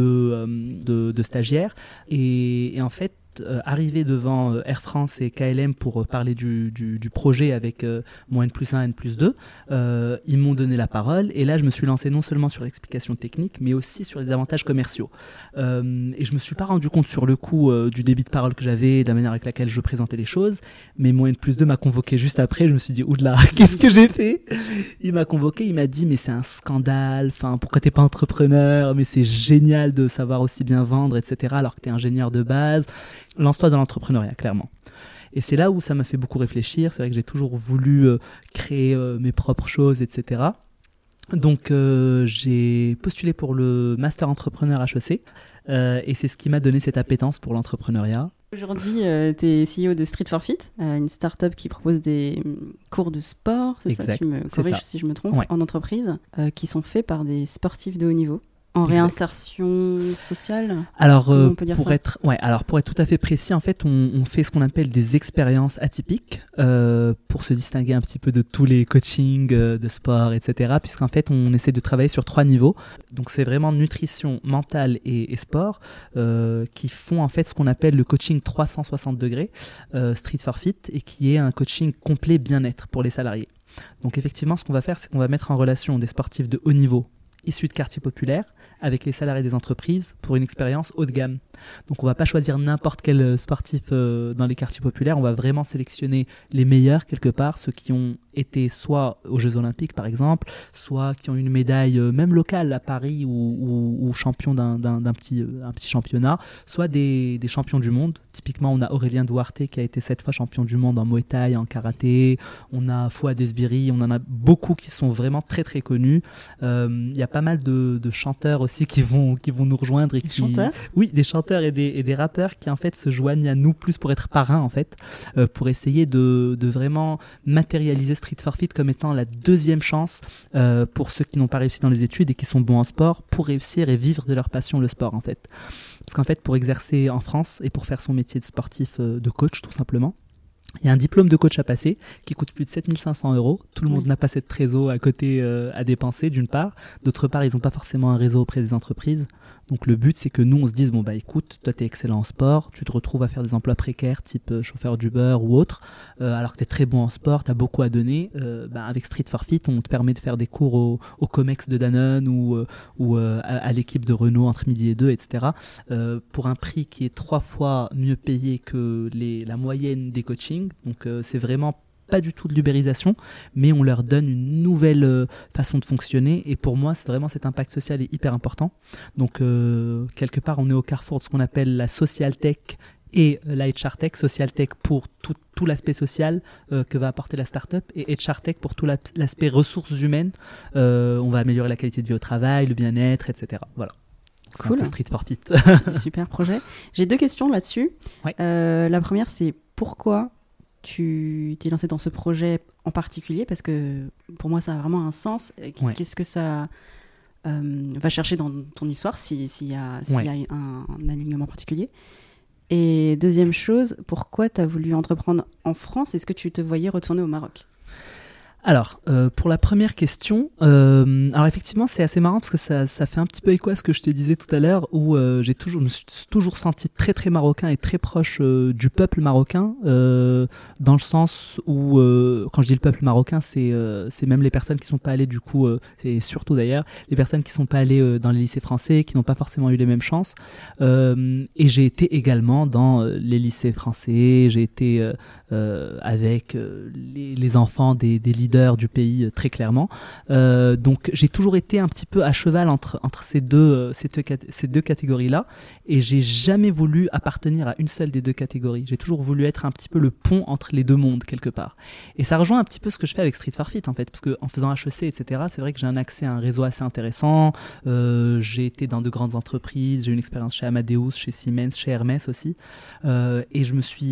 de stagiaires. Et en fait, arrivé devant Air France et KLM pour parler du projet avec mon N+1, N+2, ils m'ont donné la parole et là je me suis lancé non seulement sur l'explication technique mais aussi sur les avantages commerciaux, et je me suis pas rendu compte sur le coup du débit de parole que j'avais, de la manière avec laquelle je présentais les choses, mais mon N+2 m'a convoqué juste après. Je me suis dit oula, qu'est-ce que j'ai fait? Il m'a convoqué, il m'a dit mais c'est un scandale, enfin pourquoi t'es pas entrepreneur, mais c'est génial de savoir aussi bien vendre, etc. alors que t'es ingénieur de base. Lance-toi dans l'entrepreneuriat, clairement. Et c'est là où ça m'a fait beaucoup réfléchir. C'est vrai que j'ai toujours voulu créer mes propres choses, etc. Donc j'ai postulé pour le Master Entrepreneur HEC et c'est ce qui m'a donné cette appétence pour l'entrepreneuriat. Aujourd'hui, tu es CEO de Street for Fit, une start-up qui propose des cours de sport, c'est exact, ça? Tu me corriges si je me trompe, ouais. En entreprise, qui sont faits par des sportifs de haut niveau. En Exact. réinsertion sociale? Alors, Comment on peut dire pour ça être, ouais, alors pour être tout à fait précis, en fait, on fait ce qu'on appelle des expériences atypiques pour se distinguer un petit peu de tous les coachings de sport, etc. Puisqu'en fait, on essaie de travailler sur 3 niveaux. Donc, c'est vraiment nutrition, mentale et sport qui font en fait ce qu'on appelle le coaching 360 degrés, Street for Fit, et qui est un coaching complet bien-être pour les salariés. Donc, effectivement, ce qu'on va faire, c'est qu'on va mettre en relation des sportifs de haut niveau issus de quartiers populaires avec les salariés des entreprises pour une expérience haut de gamme. Donc on ne va pas choisir n'importe quel sportif dans les quartiers populaires, on va vraiment sélectionner les meilleurs quelque part, ceux qui ont été soit aux Jeux Olympiques par exemple, soit qui ont une médaille même locale à Paris ou champion d'un petit championnat, soit des champions du monde. Typiquement on a Aurélien Duarte qui a été 7 fois champion du monde en Muay Thai, en karaté, on a Fouad Esbiri, on en a beaucoup qui sont vraiment très très connus. Il y a pas mal de chanteurs aussi qui vont nous rejoindre. Des chanteurs ? Oui, des chanteurs et des rappeurs qui en fait se joignent à nous plus pour être parrains en fait, pour essayer de vraiment matérialiser Street for Fit comme étant la deuxième chance pour ceux qui n'ont pas réussi dans les études et qui sont bons en sport pour réussir et vivre de leur passion le sport en fait. Parce qu'en fait pour exercer en France et pour faire son métier de sportif de coach tout simplement, il y a un diplôme de coach à passer qui coûte plus de 7 500 €. Tout le monde n'a pas cette trésor à côté à dépenser d'une part. D'autre part, ils n'ont pas forcément un réseau auprès des entreprises. Donc le but, c'est que nous, on se dise, bon bah écoute, toi t'es excellent en sport, tu te retrouves à faire des emplois précaires type chauffeur d'Uber ou autre, alors que t'es très bon en sport, t'as beaucoup à donner. Avec Street for Fit, on te permet de faire des cours au Comex de Danone ou à l'équipe de Renault entre midi et 2, etc. Pour un prix qui est 3 fois mieux payé que la moyenne des coachings. Donc c'est vraiment pas du tout de l'ubérisation, mais on leur donne une nouvelle façon de fonctionner, et pour moi c'est vraiment cet impact social est hyper important. Donc quelque part on est au carrefour de ce qu'on appelle la social tech et la HR tech. Social tech pour tout l'aspect social que va apporter la startup, et HR tech pour tout l'aspect ressources humaines. On va améliorer la qualité de vie au travail, le bien-être, etc. Voilà. C'est cool. un peu Street for Fit. Super projet. J'ai 2 questions là-dessus. Ouais. La première, c'est pourquoi tu t'es lancé dans ce projet en particulier, parce que pour moi ça a vraiment un sens. Ouais. Qu'est-ce que ça va chercher dans ton histoire s'il y a un alignement particulier? Et deuxième chose, pourquoi tu as voulu entreprendre en France? Est-ce que tu te voyais retourner au Maroc? Alors, pour la première question, alors effectivement, c'est assez marrant parce que ça fait un petit peu écho à ce que je te disais tout à l'heure, où je me suis toujours senti très très marocain et très proche du peuple marocain, dans le sens où, quand je dis le peuple marocain, c'est même les personnes qui sont pas allées du coup, et surtout d'ailleurs, les personnes qui sont pas allées dans les lycées français, qui n'ont pas forcément eu les mêmes chances. Et j'ai été également dans les lycées français, j'ai été avec les enfants des leaders du pays très clairement. Donc j'ai toujours été un petit peu à cheval entre ces deux catégories-là, et j'ai jamais voulu appartenir à une seule des deux catégories. J'ai toujours voulu être un petit peu le pont entre les deux mondes quelque part. Et ça rejoint un petit peu ce que je fais avec Street for Fit en fait, parce qu'en faisant HEC, etc., c'est vrai que j'ai un accès à un réseau assez intéressant. J'ai été dans de grandes entreprises, j'ai eu une expérience chez Amadeus, chez Siemens, chez Hermès aussi. Et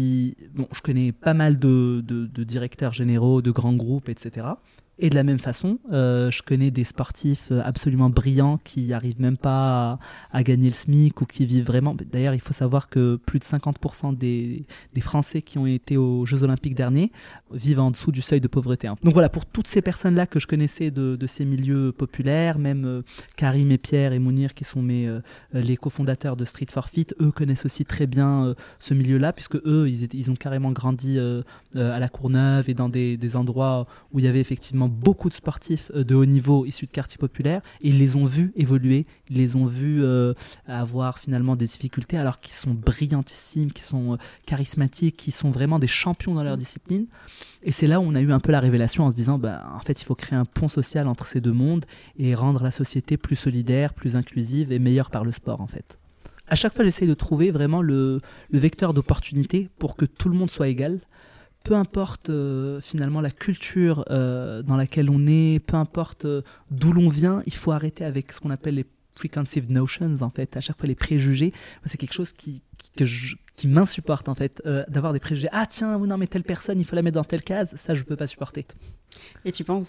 je connais pas mal de directeurs généraux, de grands groupes, etc. Et de la même façon, je connais des sportifs absolument brillants qui n'arrivent même pas à gagner le SMIC, ou qui vivent vraiment... D'ailleurs, il faut savoir que plus de 50% des Français qui ont été aux Jeux Olympiques derniers vivent en dessous du seuil de pauvreté. Donc voilà, pour toutes ces personnes-là que je connaissais de ces milieux populaires, même Karim et Pierre et Mounir, qui sont les cofondateurs de Street for Fit, eux connaissent aussi très bien ce milieu-là, puisque eux, ils ont carrément grandi à la Courneuve et dans des endroits où il y avait effectivement beaucoup de sportifs de haut niveau issus de quartiers populaires, et ils les ont vus évoluer, ils les ont vus avoir finalement des difficultés, alors qu'ils sont brillantissimes, qu'ils sont charismatiques, qu'ils sont vraiment des champions dans leur discipline. Et c'est là où on a eu un peu la révélation, en se disant en fait il faut créer un pont social entre ces deux mondes et rendre la société plus solidaire, plus inclusive et meilleure par le sport en fait. À chaque fois j'essaye de trouver vraiment le vecteur d'opportunité pour que tout le monde soit égal. Peu importe finalement la culture dans laquelle on est, peu importe d'où l'on vient, il faut arrêter avec ce qu'on appelle les preconceived notions en fait. À chaque fois les préjugés, c'est quelque chose qui m'insupporte en fait, d'avoir des préjugés. Ah tiens, non mais telle personne, il faut la mettre dans telle case, ça je peux pas supporter. Et tu penses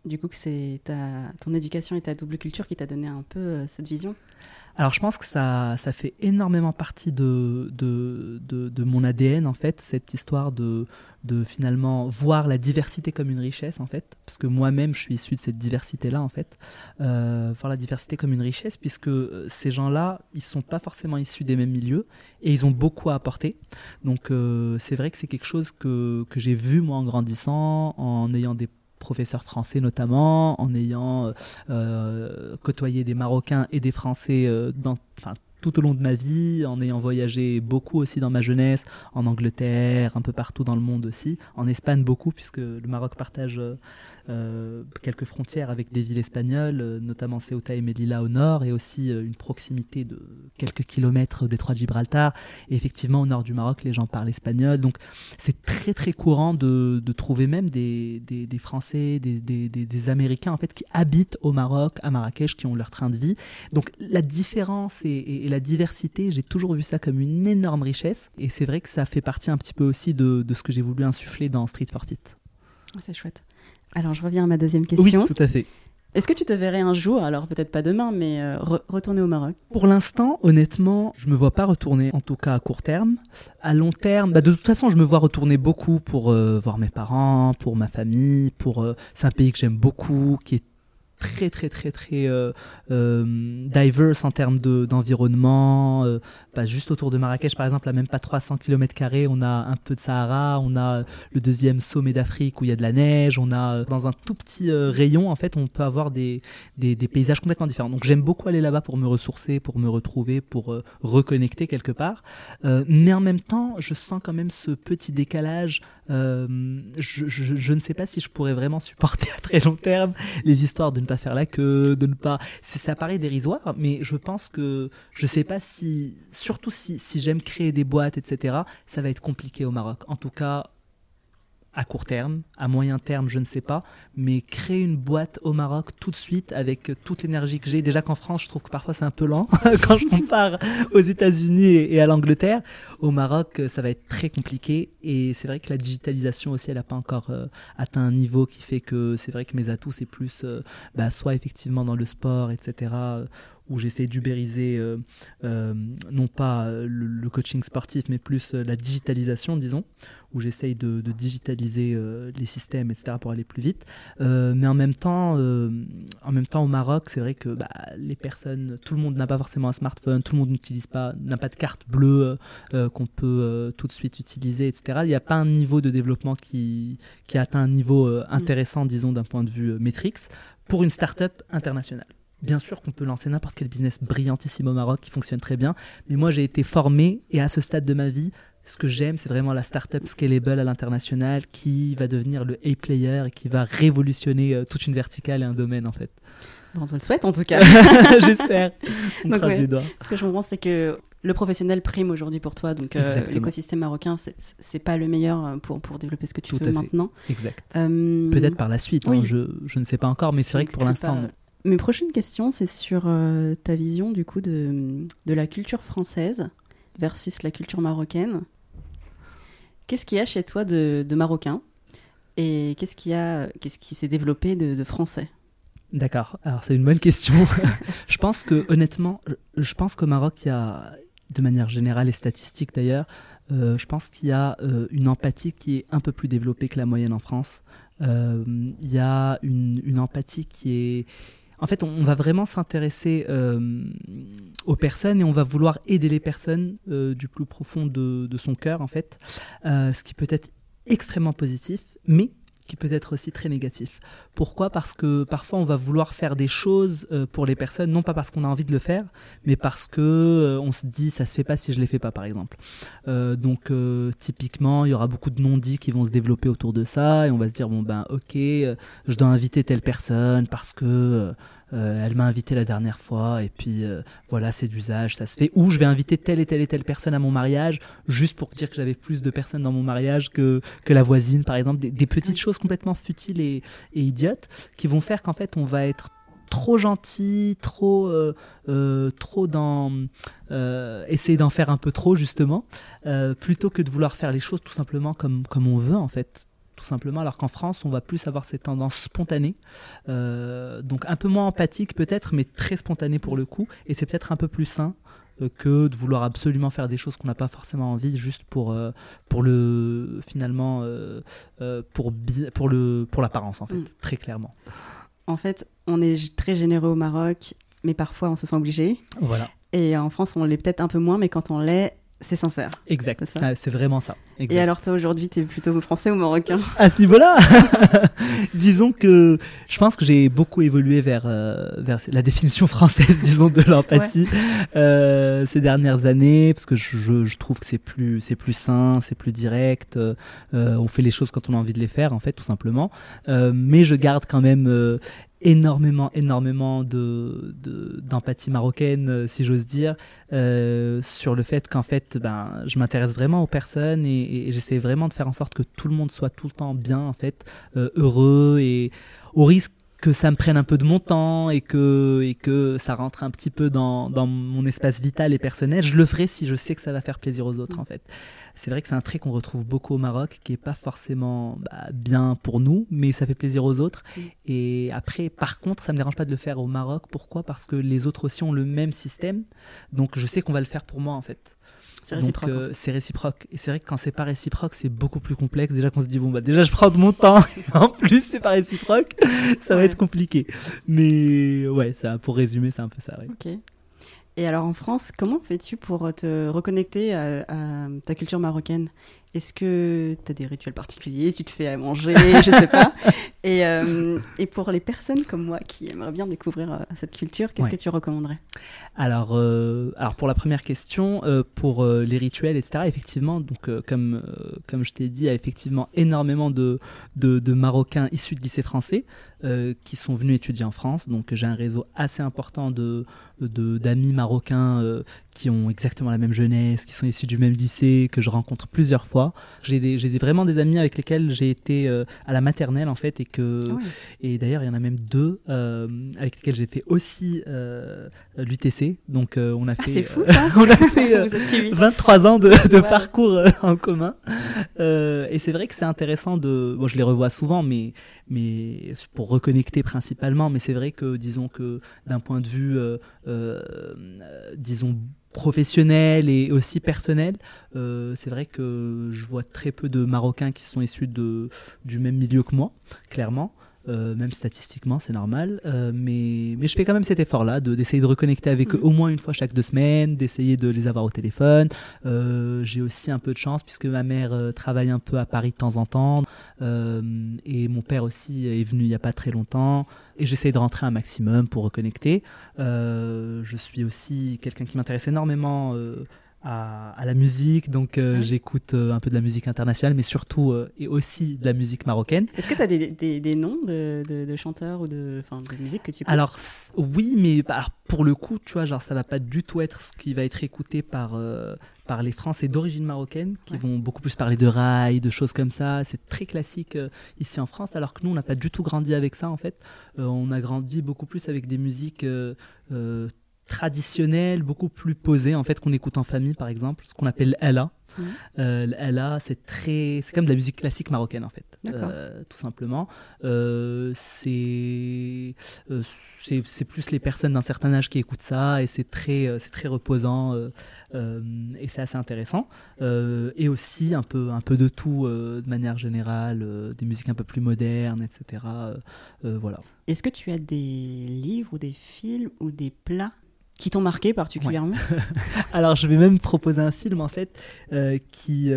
du coup, que c'est ton éducation et ta double culture qui t'a donné un peu cette vision? Alors je pense que ça fait énormément partie de mon ADN en fait, cette histoire de finalement voir la diversité comme une richesse en fait, parce que moi-même je suis issu de cette diversité-là en fait, voir la diversité comme une richesse puisque ces gens-là, ils sont pas forcément issus des mêmes milieux et ils ont beaucoup à apporter. Donc c'est vrai que c'est quelque chose que j'ai vu moi en grandissant, en ayant des professeurs français notamment, en ayant côtoyé des Marocains et des Français tout au long de ma vie, en ayant voyagé beaucoup aussi dans ma jeunesse, en Angleterre, un peu partout dans le monde aussi, en Espagne beaucoup, puisque le Maroc partage quelques frontières avec des villes espagnoles, notamment Ceuta et Melilla au nord, et aussi une proximité de quelques kilomètres au détroit de Gibraltar. Et effectivement, au nord du Maroc, les gens parlent espagnol. Donc, c'est très très courant de trouver même des Français, des Américains en fait, qui habitent au Maroc, à Marrakech, qui ont leur train de vie. Donc, la différence et la diversité, j'ai toujours vu ça comme une énorme richesse. Et c'est vrai que ça fait partie un petit peu aussi de ce que j'ai voulu insuffler dans Street for Fit. C'est chouette. Alors, je reviens à ma deuxième question. Oui, tout à fait. Est-ce que tu te verrais un jour, alors peut-être pas demain, mais retourner au Maroc? Pour l'instant, honnêtement, je me vois pas retourner, en tout cas à court terme. À long terme, de toute façon, je me vois retourner beaucoup pour voir mes parents, pour ma famille. C'est un pays que j'aime beaucoup, qui est très très très très diverse en termes d'environnement. Juste autour de Marrakech par exemple, à même pas 300 km², on a un peu de Sahara, on a le deuxième sommet d'Afrique où il y a de la neige, on a dans un tout petit rayon en fait on peut avoir des paysages complètement différents. Donc j'aime beaucoup aller là-bas pour me ressourcer, pour me retrouver, pour reconnecter quelque part, mais en même temps je sens quand même ce petit décalage. Je ne sais pas si je pourrais vraiment supporter à très long terme les histoires de ne pas faire la queue, de ne pas... Ça paraît dérisoire, mais je pense que je sais pas si... Surtout si j'aime créer des boîtes, etc., ça va être compliqué au Maroc. En tout cas, à court terme, à moyen terme, je ne sais pas, mais créer une boîte au Maroc tout de suite avec toute l'énergie que j'ai. Déjà qu'en France, je trouve que parfois c'est un peu lent quand je compare aux États-Unis et à l'Angleterre. Au Maroc, ça va être très compliqué et c'est vrai que la digitalisation aussi, elle n'a pas encore atteint un niveau qui fait que c'est vrai que mes atouts, c'est plus soit effectivement dans le sport, etc., où j'essaie d'ubériser non pas le coaching sportif, mais plus la digitalisation, disons, où j'essaye de digitaliser les systèmes, etc., pour aller plus vite. Mais en même temps, au Maroc, c'est vrai que les personnes, tout le monde n'a pas forcément un smartphone, tout le monde n'a pas de carte bleue qu'on peut tout de suite utiliser, etc. Il n'y a pas un niveau de développement qui a atteint un niveau intéressant, disons, d'un point de vue Matrix, pour une start-up internationale. Bien sûr qu'on peut lancer n'importe quel business brillantissime au Maroc qui fonctionne très bien, mais moi j'ai été formé et à ce stade de ma vie, ce que j'aime, c'est vraiment la startup scalable à l'international qui va devenir le A-player et qui va révolutionner toute une verticale et un domaine en fait. Bon, on te le souhaite en tout cas. J'espère. On croise les doigts. Ce que je comprends, c'est que le professionnel prime aujourd'hui pour toi, donc l'écosystème marocain, c'est pas le meilleur pour développer ce que tu fais maintenant. Exact. Peut-être par la suite, oui. Je ne sais pas encore, mais c'est vrai que pour l'instant, non. Mes prochaines questions, c'est sur ta vision du coup de la culture française versus la culture marocaine. Qu'est-ce qu'il y a chez toi de marocain et qu'est-ce qui s'est développé de français? D'accord, alors c'est une bonne question. Je pense que honnêtement, qu'au Maroc, il y a, de manière générale et statistique d'ailleurs, je pense qu'il y a une empathie qui est un peu plus développée que la moyenne en France. Il y a une empathie qui est... En fait, on va vraiment s'intéresser aux personnes et on va vouloir aider les personnes du plus profond de son cœur, en fait. Ce qui peut être extrêmement positif, mais qui peut être aussi très négatif. Pourquoi ? Parce que parfois, on va vouloir faire des choses pour les personnes, non pas parce qu'on a envie de le faire, mais parce que on se dit, ça se fait pas si je les fais pas, par exemple. Donc, typiquement, il y aura beaucoup de non-dits qui vont se développer autour de ça, et on va se dire, ok, je dois inviter telle personne parce que elle m'a invité la dernière fois, et puis voilà, c'est d'usage, ça se fait. Ou je vais inviter telle et telle et telle personne à mon mariage, juste pour dire que j'avais plus de personnes dans mon mariage que la voisine, par exemple. Des petites choses complètement futiles et idiotes qui vont faire qu'en fait, on va être trop gentil, trop dans essayer d'en faire un peu trop, justement, plutôt que de vouloir faire les choses tout simplement comme on veut, en fait. tout simplement, alors qu'en France, on va plus avoir ces tendances spontanées, donc un peu moins empathiques peut-être, mais très spontanées pour le coup, et c'est peut-être un peu plus sain que de vouloir absolument faire des choses qu'on n'a pas forcément envie juste pour l'apparence en fait, très clairement. En fait, on est très généreux au Maroc, mais parfois on se sent obligé. Voilà. Et en France, on l'est peut-être un peu moins, mais quand on l'est, c'est sincère. Exact, c'est vraiment ça. Exact. Et alors toi, aujourd'hui, tu es plutôt français ou marocain ? À ce niveau-là, disons que je pense que j'ai beaucoup évolué vers la définition française, disons, de l'empathie ces dernières années, parce que je trouve que c'est plus sain, c'est plus direct, on fait les choses quand on a envie de les faire, en fait, tout simplement. Mais je garde quand même énormément d'empathie marocaine, si j'ose dire, sur le fait qu'en fait, je m'intéresse vraiment aux personnes et j'essaie vraiment de faire en sorte que tout le monde soit tout le temps bien, en fait, heureux, et au risque que ça me prenne un peu de mon temps et que ça rentre un petit peu dans mon espace vital et personnel, je le ferai si je sais que ça va faire plaisir aux autres, en fait. C'est vrai que c'est un trait qu'on retrouve beaucoup au Maroc, qui n'est pas forcément bien pour nous, mais ça fait plaisir aux autres. Et après, par contre, ça ne me dérange pas de le faire au Maroc. Pourquoi ? Parce que les autres aussi ont le même système. Donc, je sais qu'on va le faire pour moi, en fait. C'est réciproque. Donc, c'est réciproque. Et c'est vrai que quand c'est pas réciproque, c'est beaucoup plus complexe. Déjà qu'on se dit, déjà, je prends de mon temps. En plus, c'est pas réciproque. Ça va être compliqué. Mais ouais, pour résumer, c'est un peu ça. Ouais. Ok. Et alors en France, comment fais-tu pour te reconnecter à ta culture marocaine ? Est-ce que tu as des rituels particuliers ? Tu te fais à manger ? Je sais pas. Et pour les personnes comme moi qui aimeraient bien découvrir cette culture, qu'est-ce que tu recommanderais ? Alors pour la première question, pour les rituels, etc., effectivement, donc, comme je t'ai dit, il y a effectivement énormément de Marocains issus de lycées français qui sont venus étudier en France. Donc j'ai un réseau assez important d'amis marocains qui ont exactement la même jeunesse, qui sont issus du même lycée, que je rencontre plusieurs fois. J'ai vraiment des amis avec lesquels j'ai été à la maternelle, en fait, et d'ailleurs il y en a même 2 avec lesquels j'ai fait aussi l'UTC. Donc on a fait, c'est fou, ça. on a fait 23 ans de parcours en commun. Et c'est vrai que c'est intéressant je les revois souvent, mais pour reconnecter principalement, mais c'est vrai que, disons que d'un point de vue, disons, professionnel et aussi personnel, c'est vrai que je vois très peu de Marocains qui sont issus du même milieu que moi, clairement. Même statistiquement, c'est normal. Mais je fais quand même cet effort-là d'essayer de reconnecter avec eux au moins une fois chaque 2 semaines, d'essayer de les avoir au téléphone. J'ai aussi un peu de chance puisque ma mère travaille un peu à Paris de temps en temps. Et mon père aussi est venu il n'y a pas très longtemps. Et j'essaie de rentrer un maximum pour reconnecter. Je suis aussi quelqu'un qui m'intéresse énormément à la musique, donc j'écoute un peu de la musique internationale, mais surtout et aussi de la musique marocaine. Est-ce que tu as des noms de chanteurs ou de musique que tu écoutes ? Alors oui, mais pour le coup, tu vois, genre ça va pas du tout être ce qui va être écouté par les Français d'origine marocaine, qui vont beaucoup plus parler de rail, de choses comme ça. C'est très classique ici en France, alors que nous, on n'a pas du tout grandi avec ça, en fait. On a grandi beaucoup plus avec des musiques traditionnelle, beaucoup plus posée, en fait, qu'on écoute en famille, par exemple, ce qu'on appelle Ella. Ella, c'est comme de la musique classique marocaine, en fait, tout simplement. C'est plus les personnes d'un certain âge qui écoutent ça, et c'est très reposant, et c'est assez intéressant. Et aussi un peu de tout, de manière générale, des musiques un peu plus modernes, etc. Voilà. Est-ce que tu as des livres ou des films ou des plats qui t'ont marqué particulièrement ? Alors, je vais même proposer un film, en fait, qui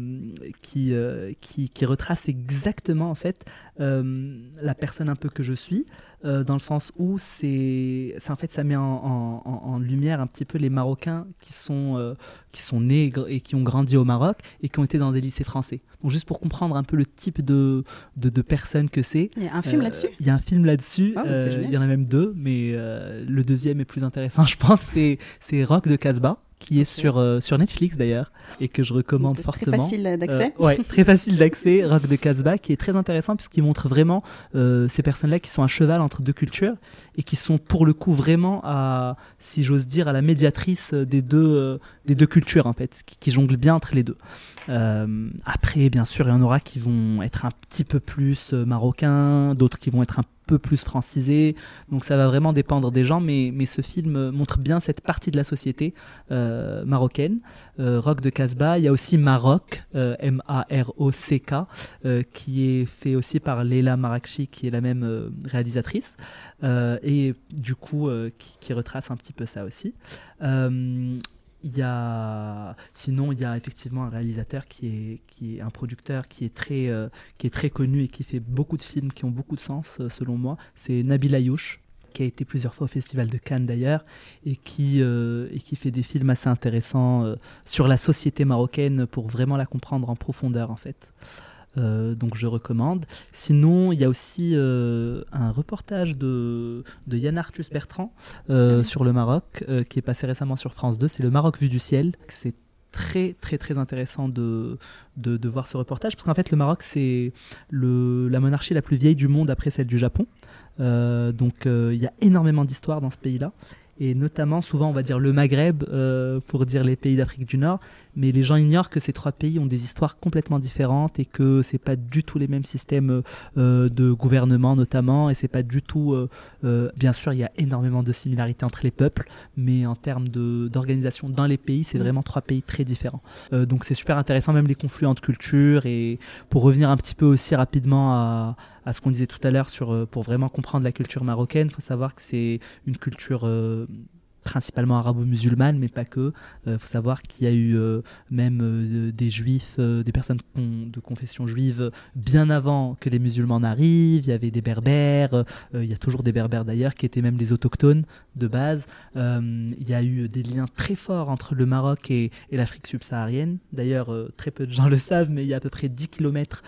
retrace exactement, en fait, la personne un peu que je suis, dans le sens où en fait, ça met en lumière un petit peu les Marocains qui sont nés et qui ont grandi au Maroc et qui ont été dans des lycées français. Donc, juste pour comprendre un peu le type de personne que c'est. Il y a un film là-dessus ? Il y a un film là-dessus. Il y en a même 2, mais le deuxième est plus intéressant, je pense. C'est Rock de Casbah, qui est sur Netflix d'ailleurs, et que je recommande fortement. Très facile d'accès. Ouais, très facile d'accès, Rock de Casbah, qui est très intéressant puisqu'il montre vraiment ces personnes-là qui sont à cheval entre deux cultures et qui sont pour le coup vraiment si j'ose dire, à la médiatrice des deux cultures en fait, qui jonglent bien entre les deux. Après, bien sûr, il y en aura qui vont être un petit peu plus marocains, d'autres qui vont être un peu plus francisés, donc ça va vraiment dépendre des gens, mais ce film montre bien cette partie de la société marocaine. Rock de Casbah, il y a aussi Maroc, M-A-R-O-C-K, qui est fait aussi par Leila Marakchi, qui est la même réalisatrice, et du coup qui retrace un petit peu ça aussi. Sinon, il y a effectivement un réalisateur qui est un producteur qui est très connu et qui fait beaucoup de films qui ont beaucoup de sens, selon moi. C'est Nabil Ayouch, qui a été plusieurs fois au Festival de Cannes d'ailleurs, et qui fait des films assez intéressants sur la société marocaine pour vraiment la comprendre en profondeur en fait. Donc je recommande. Sinon, il y a aussi un reportage de Yann Arthus Bertrand sur le Maroc qui est passé récemment sur France 2. C'est le Maroc vu du ciel. C'est très très très intéressant de voir ce reportage parce qu'en fait le Maroc c'est la monarchie la plus vieille du monde après celle du Japon. Donc il y a énormément d'histoires dans ce pays-là. Et notamment, souvent, on va dire le Maghreb pour dire les pays d'Afrique du Nord, mais les gens ignorent que ces trois pays ont des histoires complètement différentes et que c'est pas du tout les mêmes systèmes de gouvernement notamment, et c'est pas du tout... bien sûr, il y a énormément de similarités entre les peuples, mais en termes d'organisation dans les pays, c'est vraiment trois pays très différents. Donc c'est super intéressant, même les confluents de culture. Et pour revenir un petit peu aussi rapidement à ce qu'on disait tout à l'heure pour vraiment comprendre la culture marocaine, il faut savoir que c'est une culture principalement arabo-musulmane, mais pas que. Faut savoir qu'il y a eu même des juifs, des personnes de confession juive bien avant que les musulmans n'arrivent. Il y avait des berbères, il y a toujours des berbères d'ailleurs, qui étaient même les autochtones de base. Il y a eu des liens très forts entre le Maroc et l'Afrique subsaharienne. D'ailleurs, très peu de gens le savent, mais il y a à peu près 10 km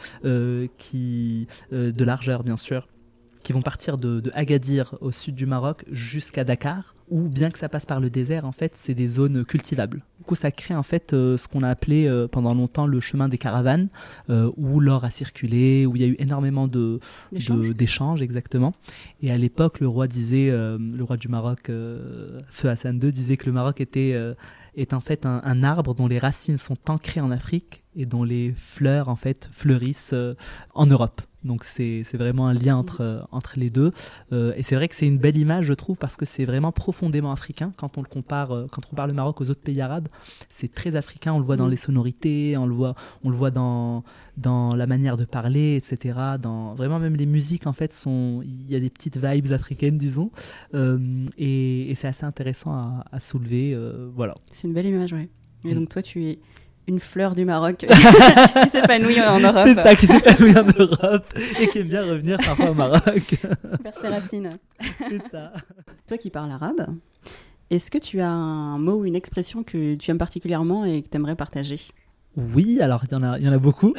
de largeur, bien sûr, qui vont partir de Agadir au sud du Maroc jusqu'à Dakar, où bien que ça passe par le désert, en fait, c'est des zones cultivables. Du coup, ça crée en fait ce qu'on a appelé pendant longtemps le chemin des caravanes, où l'or a circulé, où il y a eu énormément d'échanges, exactement. Et à l'époque, le roi du Maroc, Feu Hassan II, disait que le Maroc est en fait un arbre dont les racines sont ancrées en Afrique et dont les fleurs en fait fleurissent en Europe. Donc c'est vraiment un lien entre les deux. Et c'est vrai que c'est une belle image, je trouve, parce que c'est vraiment profondément africain. Quand on compare le Maroc aux autres pays arabes, c'est très africain. On le voit dans les sonorités, on le voit dans la manière de parler, etc. Vraiment même les musiques, en fait, il y a des petites vibes africaines, disons. Et c'est assez intéressant à soulever. Voilà. C'est une belle image, oui. Et donc toi, tu es une fleur du Maroc qui s'épanouit en Europe. C'est ça, qui s'épanouit en Europe et qui aime bien revenir parfois au Maroc. Vers ses racines. C'est ça. Toi qui parles arabe, est-ce que tu as un mot ou une expression que tu aimes particulièrement et que tu aimerais partager ? Oui, alors il y en a beaucoup.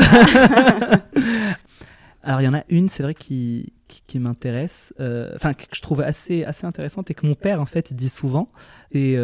Alors il y en a une, c'est vrai, qui m'intéresse, que je trouve assez intéressante et que mon père en fait dit souvent. Et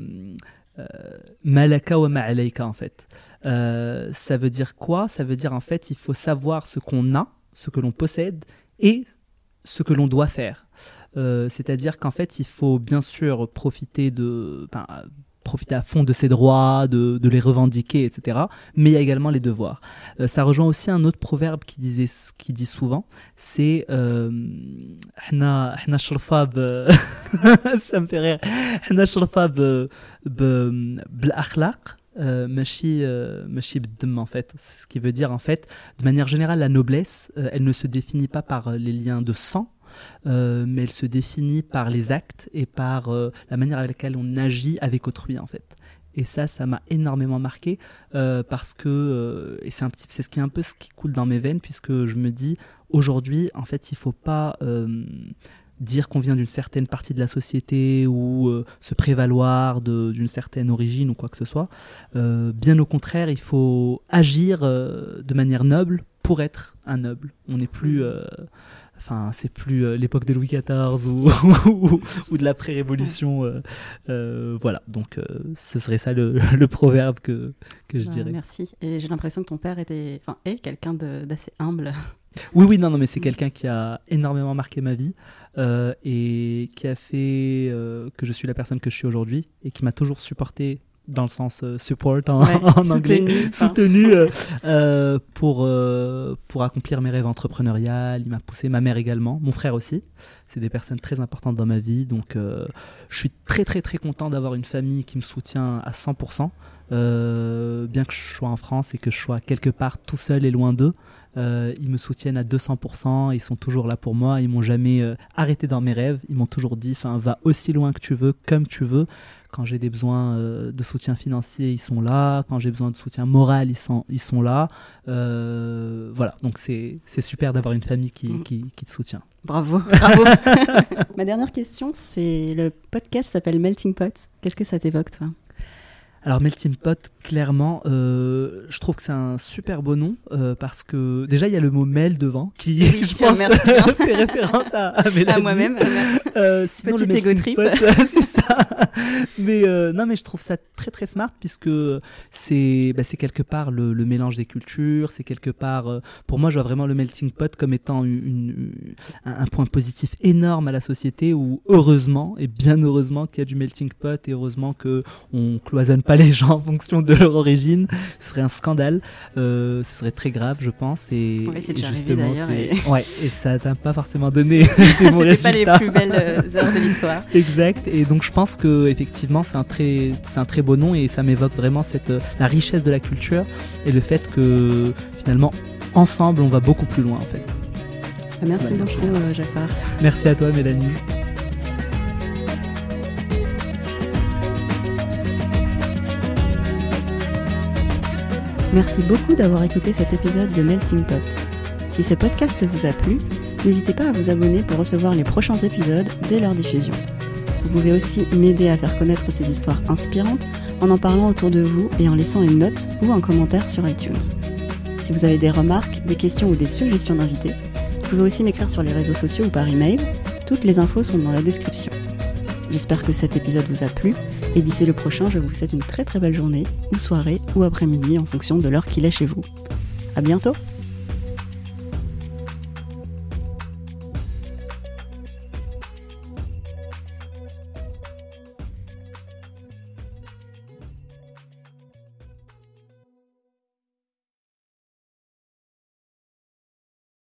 Malaka wa ma'alayka, en fait. Ça veut dire quoi ? Ça veut dire en fait il faut savoir ce qu'on a, ce que l'on possède et ce que l'on doit faire. C'est-à-dire qu'en fait il faut bien sûr profiter à fond de ses droits, de les revendiquer, etc. Mais il y a également les devoirs. Ça rejoint aussi un autre proverbe qui dit souvent, c'est Hna shrfa ça me fait rire. Hna shrfa b'l'akhlaq machi b'dam, en fait. Ce qui veut dire en fait, de manière générale, la noblesse, elle ne se définit pas par les liens de sang, mais elle se définit par les actes et par la manière avec laquelle on agit avec autrui, en fait. Et ça m'a énormément marqué parce que et c'est ce qui coule dans mes veines, puisque je me dis aujourd'hui, en fait, il faut pas dire qu'on vient d'une certaine partie de la société ou se prévaloir d'une certaine origine ou quoi que ce soit. Bien au contraire, il faut agir de manière noble pour être un noble. On n'est plus Enfin, c'est plus l'époque de Louis XIV ou de l'après-révolution. Voilà, donc ce serait ça le proverbe que je dirais. Merci. Et j'ai l'impression que ton père est quelqu'un d'assez humble. Oui, non, mais c'est quelqu'un qui a énormément marqué ma vie et qui a fait que je suis la personne que je suis aujourd'hui et qui m'a toujours supporté dans le sens support en anglais, soutenu pour accomplir mes rêves entrepreneuriales. Il m'a poussé, ma mère également, mon frère aussi. C'est des personnes très importantes dans ma vie, donc je suis très très très content d'avoir une famille qui me soutient à 100%, bien que je sois en France et que je sois quelque part tout seul et loin d'eux. Ils me soutiennent à 200%, ils sont toujours là pour moi, ils m'ont jamais arrêté dans mes rêves, ils m'ont toujours dit va aussi loin que tu veux, comme tu veux. Quand j'ai des besoins de soutien financier, ils sont là. Quand j'ai besoin de soutien moral, ils sont là. Voilà, donc c'est super d'avoir une famille qui te soutient. Bravo. Ma dernière question, c'est le podcast s'appelle Melting Pot. Qu'est-ce que ça t'évoque, toi ? Alors Melting Pot, clairement, je trouve que c'est un super beau nom parce que déjà il y a le mot Mel devant qui, je pense, fait référence à Mélanie. À moi-même. Sinon Petit le ego Melting trip. Pot, c'est ça. Mais non, mais je trouve ça très très smart puisque c'est quelque part le mélange des cultures. C'est quelque part, pour moi, je vois vraiment le Melting Pot comme étant un point positif énorme à la société où heureusement et bien heureusement qu'il y a du Melting Pot et heureusement que on cloisonne pas les gens en fonction de leur origine. Ce serait un scandale, ce serait très grave, je pense. Et c'est déjà justement, arrivé d'ailleurs. Et ça n'a pas forcément donné des bons résultats. C'était pas les plus belles heures de l'histoire. Exact. Et donc je pense que effectivement c'est un très beau nom et ça m'évoque vraiment la richesse de la culture et le fait que finalement ensemble on va beaucoup plus loin en fait. Merci beaucoup, Jafar. Merci à toi, Mélanie. Merci beaucoup d'avoir écouté cet épisode de Melting Pot. Si ce podcast vous a plu, n'hésitez pas à vous abonner pour recevoir les prochains épisodes dès leur diffusion. Vous pouvez aussi m'aider à faire connaître ces histoires inspirantes en parlant autour de vous et en laissant une note ou un commentaire sur iTunes. Si vous avez des remarques, des questions ou des suggestions d'invités, vous pouvez aussi m'écrire sur les réseaux sociaux ou par email. Toutes les infos sont dans la description. J'espère que cet épisode vous a plu et d'ici le prochain, je vous souhaite une très très belle journée ou soirée ou après-midi en fonction de l'heure qu'il est chez vous. À bientôt!